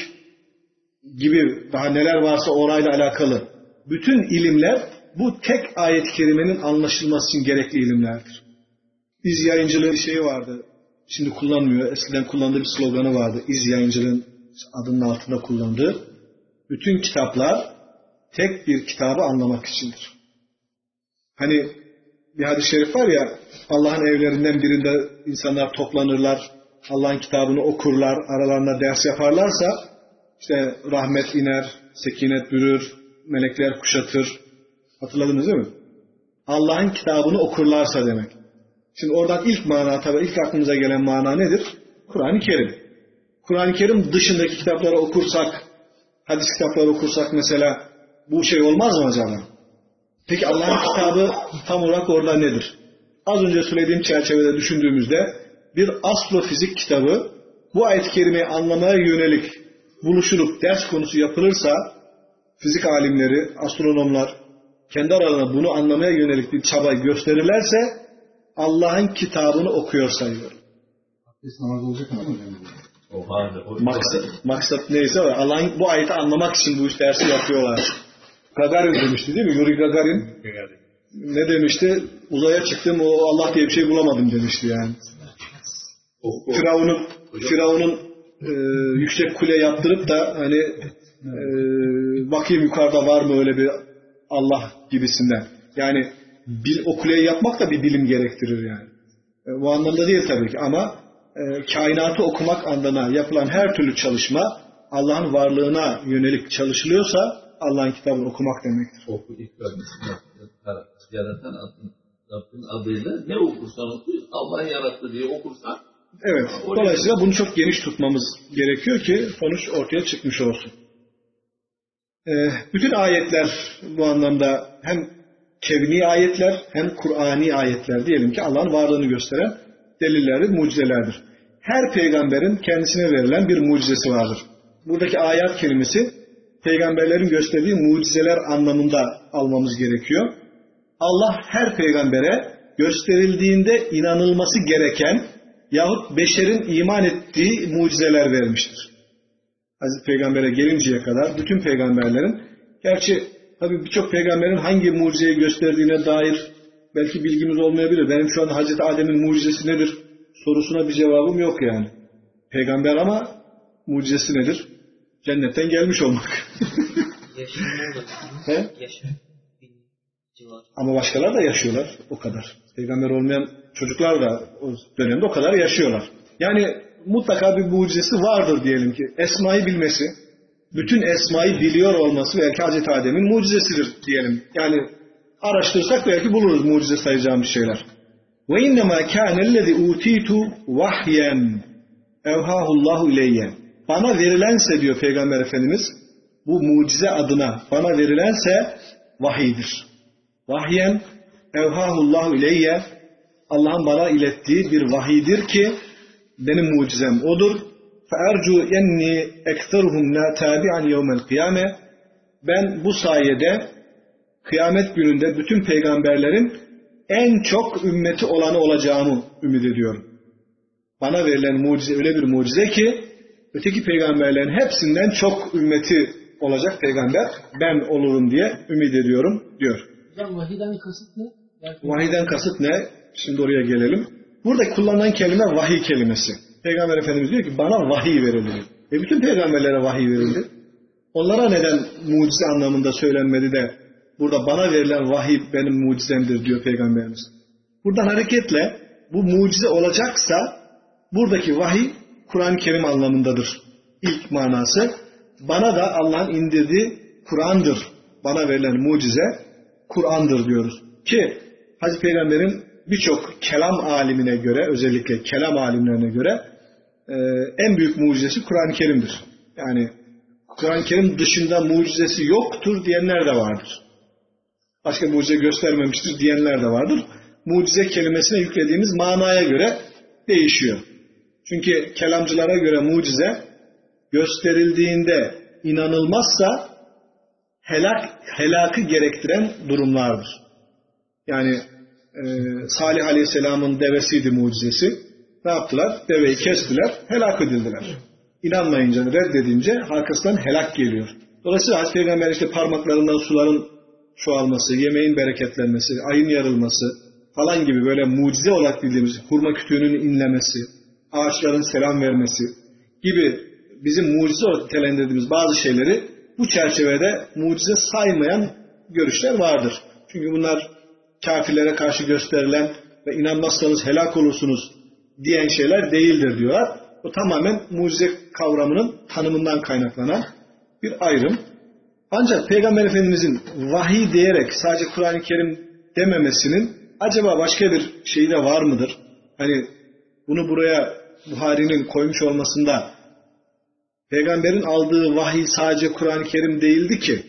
[SPEAKER 1] gibi daha neler varsa orayla alakalı bütün ilimler bu tek ayet-i kerimenin anlaşılması için gerekli ilimlerdir. İz yayıncılığı bir şeyi vardı. Şimdi kullanmıyor. Eskiden kullandığı bir sloganı vardı. İz yayıncılığın adının altında kullandığı. Bütün kitaplar tek bir kitabı anlamak içindir. Hani bir hadis-i şerif var ya, Allah'ın evlerinden birinde insanlar toplanırlar, Allah'ın kitabını okurlar, aralarında ders yaparlarsa işte rahmet iner, sekinet bürür, melekler kuşatır. Hatırladınız değil mi? Allah'ın kitabını okurlarsa demek. Şimdi oradan ilk mana, tabi ilk aklımıza gelen mana nedir? Kur'an-ı Kerim. Kur'an-ı Kerim dışındaki kitapları okursak, hadis kitapları okursak mesela bu şey olmaz mı acaba? Peki Allah'ın kitabı tam olarak orada nedir? Az önce söylediğim çerçevede düşündüğümüzde bir astrofizik kitabı bu ayet-i kerimeyi anlamaya yönelik buluşulup ders konusu yapılırsa fizik alimleri, astronomlar kendi aralarında bunu anlamaya yönelik bir çaba gösterirlerse Allah'ın kitabını okuyor sayılır.
[SPEAKER 7] Abdest namazı olacak mı?
[SPEAKER 6] O halde, o
[SPEAKER 1] Maksat, maksat neyse Allah'ın bu ayeti anlamak için bu dersi yapıyorlar. Gagarin demişti değil mi? Yuri Gagarin ne demişti? Uzaya çıktım, o Allah diye bir şey bulamadım demişti yani. Firavun'un Firavun'un e, yüksek kule yaptırıp da hani e, bakayım yukarıda var mı öyle bir Allah gibisinden. Yani bil, o kuleyi yapmak da bir bilim gerektirir yani. E, bu anlamda değil tabii ki ama e, kainatı okumak adına yapılan her türlü çalışma Allah'ın varlığına yönelik çalışılıyorsa Allah'ın kitabını okumak demektir.
[SPEAKER 6] Oku yaratan Rabbin adıyla ne okursan oku, Allah yarattı diye okursan.
[SPEAKER 1] Evet. Dolayısıyla bunu çok geniş tutmamız gerekiyor ki sonuç ortaya çıkmış olsun. Ee, bütün ayetler bu anlamda hem kevni ayetler hem Kur'ani ayetler diyelim ki Allah'ın varlığını gösteren delillerdir, mucizelerdir. Her peygamberin kendisine verilen bir mucizesi vardır. Buradaki ayet kelimesi peygamberlerin gösterdiği mucizeler anlamında almamız gerekiyor. Allah her peygambere gösterildiğinde inanılması gereken yahut beşerin iman ettiği mucizeler vermiştir. Hazreti Peygamber'e gelinceye kadar bütün peygamberlerin, gerçi tabii birçok peygamberin hangi mucizeyi gösterdiğine dair belki bilgimiz olmayabilir. Benim şu an Hazreti Adem'in mucizesi nedir sorusuna bir cevabım yok yani. Peygamber ama mucizesi nedir? Cennetten gelmiş olmak. He? Ama başkaları da yaşıyorlar o kadar. Peygamber olmayan çocuklar da o dönemde o kadar yaşıyorlar. Yani mutlaka bir mucizesi vardır diyelim ki. Esma'yı bilmesi, bütün Esma'yı biliyor olması belki Hazreti Adem'in mucizesidir diyelim. Yani araştırsak belki buluruz mucize sayacağımız şeyler. Ve innemâ kânellezîûtîtu vahyen evhâhullâhu ileyye. Bana verilense diyor Peygamber Efendimiz, bu mucize adına bana verilense vahiydir. Vahyen evhâhullâhu ileyye, Allah'ın bana ilettiği bir vahiydir ki benim mucizem odur. فَاَرْجُوا اَنِّي اَكْثَرُهُمْ لَا تَابِعًا يَوْمَ الْقِيَامَةِ. Ben bu sayede kıyamet gününde bütün peygamberlerin en çok ümmeti olanı olacağımı ümit ediyorum. Bana verilen mucize öyle bir mucize ki öteki peygamberlerin hepsinden çok ümmeti olacak peygamber ben olurum diye ümit ediyorum diyor.
[SPEAKER 2] Hocam vahiden kasıt ne? Belki
[SPEAKER 1] Vahiden kasıt ne? Şimdi oraya gelelim. Burada kullanılan kelime vahiy kelimesi. Peygamber Efendimiz diyor ki bana vahiy verildi. Ve bütün peygamberlere vahiy verildi. Onlara neden mucize anlamında söylenmedi de burada bana verilen vahiy benim mucizemdir diyor Peygamberimiz. Buradan hareketle bu mucize olacaksa buradaki vahiy Kur'an-ı Kerim anlamındadır. İlk manası bana da Allah'ın indirdiği Kur'an'dır. Bana verilen mucize Kur'an'dır diyoruz. Ki Hazreti Peygamber'in birçok kelam alimine göre, özellikle kelam alimlerine göre e, en büyük mucizesi Kur'an-ı Kerim'dir. Yani Kur'an-ı Kerim dışında mucizesi yoktur diyenler de vardır. Başka mucize göstermemiştir diyenler de vardır. Mucize kelimesine yüklediğimiz manaya göre değişiyor. Çünkü kelamcılara göre mucize gösterildiğinde inanılmazsa helak, helakı gerektiren durumlardır. Yani e, Salih Aleyhisselam'ın devesiydi mucizesi. Ne yaptılar? Deveyi kestiler, helak edildiler. İnanmayınca, reddedince arkasından helak geliyor. Dolayısıyla Hazreti Peygamber işte parmaklarından suların çoğalması, yemeğin bereketlenmesi, ayın yarılması falan gibi böyle mucize olarak bildiğimiz hurma kütüğünün inlemesi, ağaçların selam vermesi gibi bizim mucize olarak nitelendirdiğimiz bazı şeyleri bu çerçevede mucize saymayan görüşler vardır. Çünkü bunlar kafirlere karşı gösterilen ve inanmazsanız helak olursunuz diyen şeyler değildir diyorlar. O tamamen mucize kavramının tanımından kaynaklanan bir ayrım. Ancak Peygamber Efendimizin vahiy diyerek sadece Kur'an-ı Kerim dememesinin acaba başka bir şeyi de var mıdır? Hani bunu buraya Buhari'nin koymuş olmasında Peygamberin aldığı vahiy sadece Kur'an-ı Kerim değildi ki.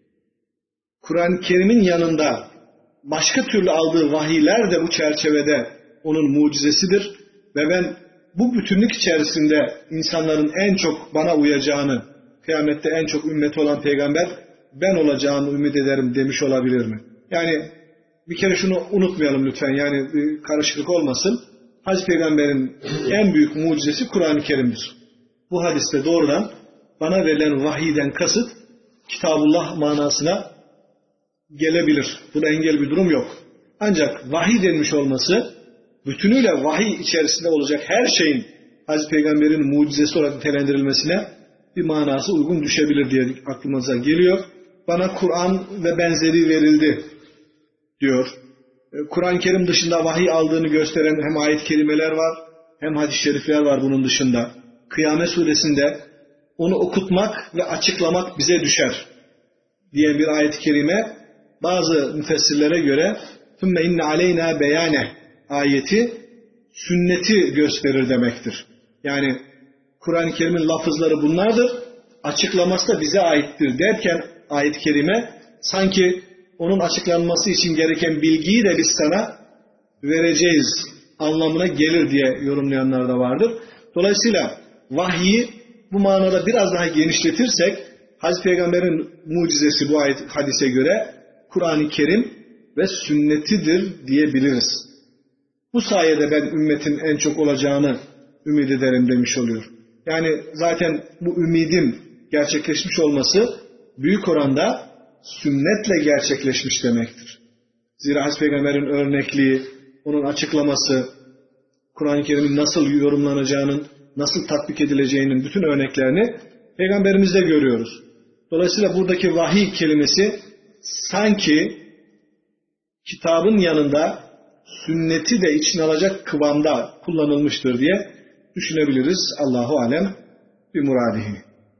[SPEAKER 1] Kur'an-ı Kerim'in yanında başka türlü aldığı vahiyler de bu çerçevede onun mucizesidir. Ve ben bu bütünlük içerisinde insanların en çok bana uyacağını, kıyamette en çok ümmeti olan peygamber ben olacağımı ümit ederim demiş olabilir mi? Yani bir kere şunu unutmayalım lütfen, yani bir karışıklık olmasın. Hazreti Peygamber'in en büyük mucizesi Kur'an-ı Kerim'dir. Bu hadiste doğrudan bana verilen vahiyden kasıt Kitabullah manasına gelebilir. Buna engel bir durum yok. Ancak vahiy denmiş olması bütünüyle vahiy içerisinde olacak her şeyin Hazreti Peygamber'in mucizesi olarak nitelendirilmesine bir manası uygun düşebilir diye aklımıza geliyor. Bana Kur'an ve benzeri verildi diyor. Kur'an-ı Kerim dışında vahiy aldığını gösteren hem ayet-i kerimeler var hem hadis-i şerifler var bunun dışında. Kıyamet suresinde onu okutmak ve açıklamak bize düşer diyen bir ayet-i kerime bazı müfessirlere göre ثُمَّ اِنَّ عَلَيْنَا بَيَانَهِ ayeti sünneti gösterir demektir. Yani Kur'an-ı Kerim'in lafızları bunlardır, açıklaması da bize aittir derken ayet-i kerime sanki onun açıklanması için gereken bilgiyi de biz sana vereceğiz anlamına gelir diye yorumlayanlar da vardır. Dolayısıyla vahyi bu manada biraz daha genişletirsek Hazreti Peygamber'in mucizesi bu ayet hadise göre Kur'an-ı Kerim ve sünnetidir diyebiliriz. Bu sayede ben ümmetin en çok olacağını ümit ederim demiş oluyor. Yani zaten bu ümidim gerçekleşmiş olması büyük oranda sünnetle gerçekleşmiş demektir. Zira Hazreti Peygamber'in örnekliği, onun açıklaması, Kur'an-ı Kerim'in nasıl yorumlanacağının, nasıl tatbik edileceğinin bütün örneklerini Peygamberimizde görüyoruz. Dolayısıyla buradaki vahiy kelimesi sanki kitabın yanında sünneti de içine alacak kıvamda kullanılmıştır diye düşünebiliriz. Allahu alem bi muradihi.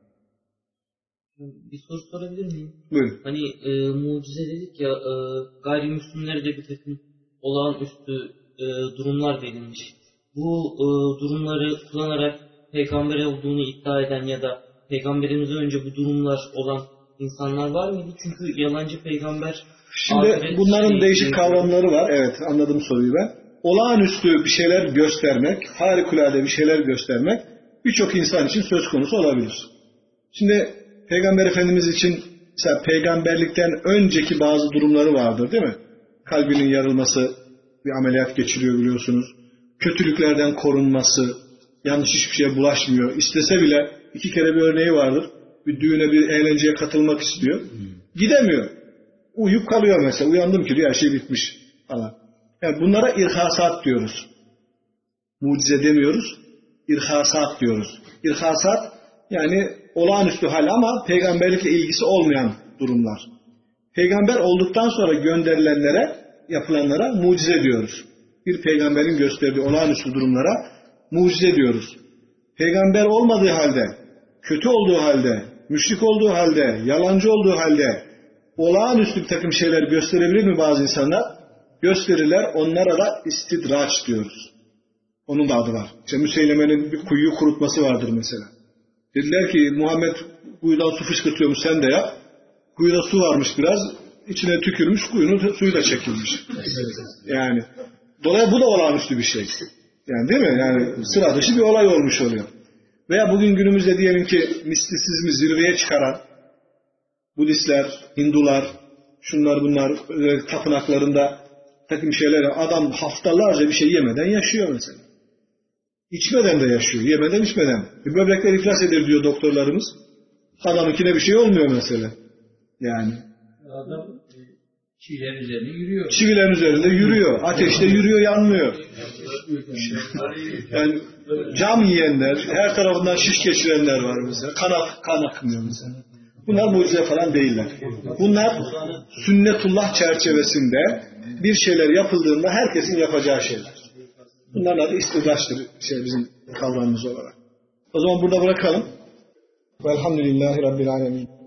[SPEAKER 5] Bir soru sorabilir miyim?
[SPEAKER 1] Buyurun.
[SPEAKER 5] Hani e, mucize dedik ya, e, gayrimüslimlere de bir takım olağanüstü e, durumlar verilmiş. Bu e, durumları kullanarak peygamber olduğunu iddia eden ya da peygamberimizden önce bu durumlar olan insanlar var mıydı? Çünkü yalancı peygamber...
[SPEAKER 1] Şimdi bunların şey, değişik kavramları var. Evet, anladım soruyu ben. Olağanüstü bir şeyler göstermek, harikulade bir şeyler göstermek birçok insan için söz konusu olabilir. Şimdi Peygamber Efendimiz için mesela peygamberlikten önceki bazı durumları vardır değil mi? Kalbinin yarılması, bir ameliyat geçiriyor biliyorsunuz. Kötülüklerden korunması, yanlış hiçbir şeye bulaşmıyor. İstese bile iki kere bir örneği vardır. Bir düğüne, bir eğlenceye katılmak istiyor. Gidemiyor. Uyuyup kalıyor mesela. Uyandım ki diyor her şey bitmiş falan. Yani bunlara irhasat diyoruz. Mucize demiyoruz. İrhasat diyoruz. İrhasat yani olağanüstü hal ama peygamberlikle ilgisi olmayan durumlar. Peygamber olduktan sonra gönderilenlere, yapılanlara mucize diyoruz. Bir peygamberin gösterdiği olağanüstü durumlara mucize diyoruz. Peygamber olmadığı halde, kötü olduğu halde, müşrik olduğu halde, yalancı olduğu halde olağanüstü bir takım şeyler gösterebilir mi bazı insanlar? Gösterirler. Onlara da istidraç diyoruz. Onun da adı var. İşte Müseyleme'nin bir kuyuyu kurutması vardır mesela. Dediler ki Muhammed kuyudan su fışkırtıyormuş, sen de yap. Kuyuda su varmış biraz. İçine tükürmüş, kuyunun suyu da çekilmiş. Yani dolayısıyla bu da olağanüstü bir şey. Yani değil mi? Yani sıra dışı bir olay olmuş oluyor. Veya bugün günümüzde diyelim ki mistisizmi zirveye çıkaran Budistler, Hindular, şunlar bunlar e, tapınaklarında takım şeyler, adam haftalarca bir şey yemeden yaşıyor mesela. İçmeden de yaşıyor, yemeden içmeden. Bir böbrekler iflas eder diyor doktorlarımız. Adamınkine bir şey olmuyor mesela. Yani.
[SPEAKER 4] Adam çivilerin üzerinde yürüyor.
[SPEAKER 1] Çivilerin üzerinde yürüyor. Ateşte yürüyor, yanmıyor. Yani cam yiyenler, her tarafından şiş geçirenler var mesela. Kan, ak, kan akmıyor mesela. Bunlar mucize falan değiller. Bunlar sünnetullah çerçevesinde bir şeyler yapıldığında herkesin yapacağı şeyler. Bunların adı istidraçtır şey bizim kavramımız olarak. O zaman burada bırakalım. Velhamdülillahi Rabbil Alemin.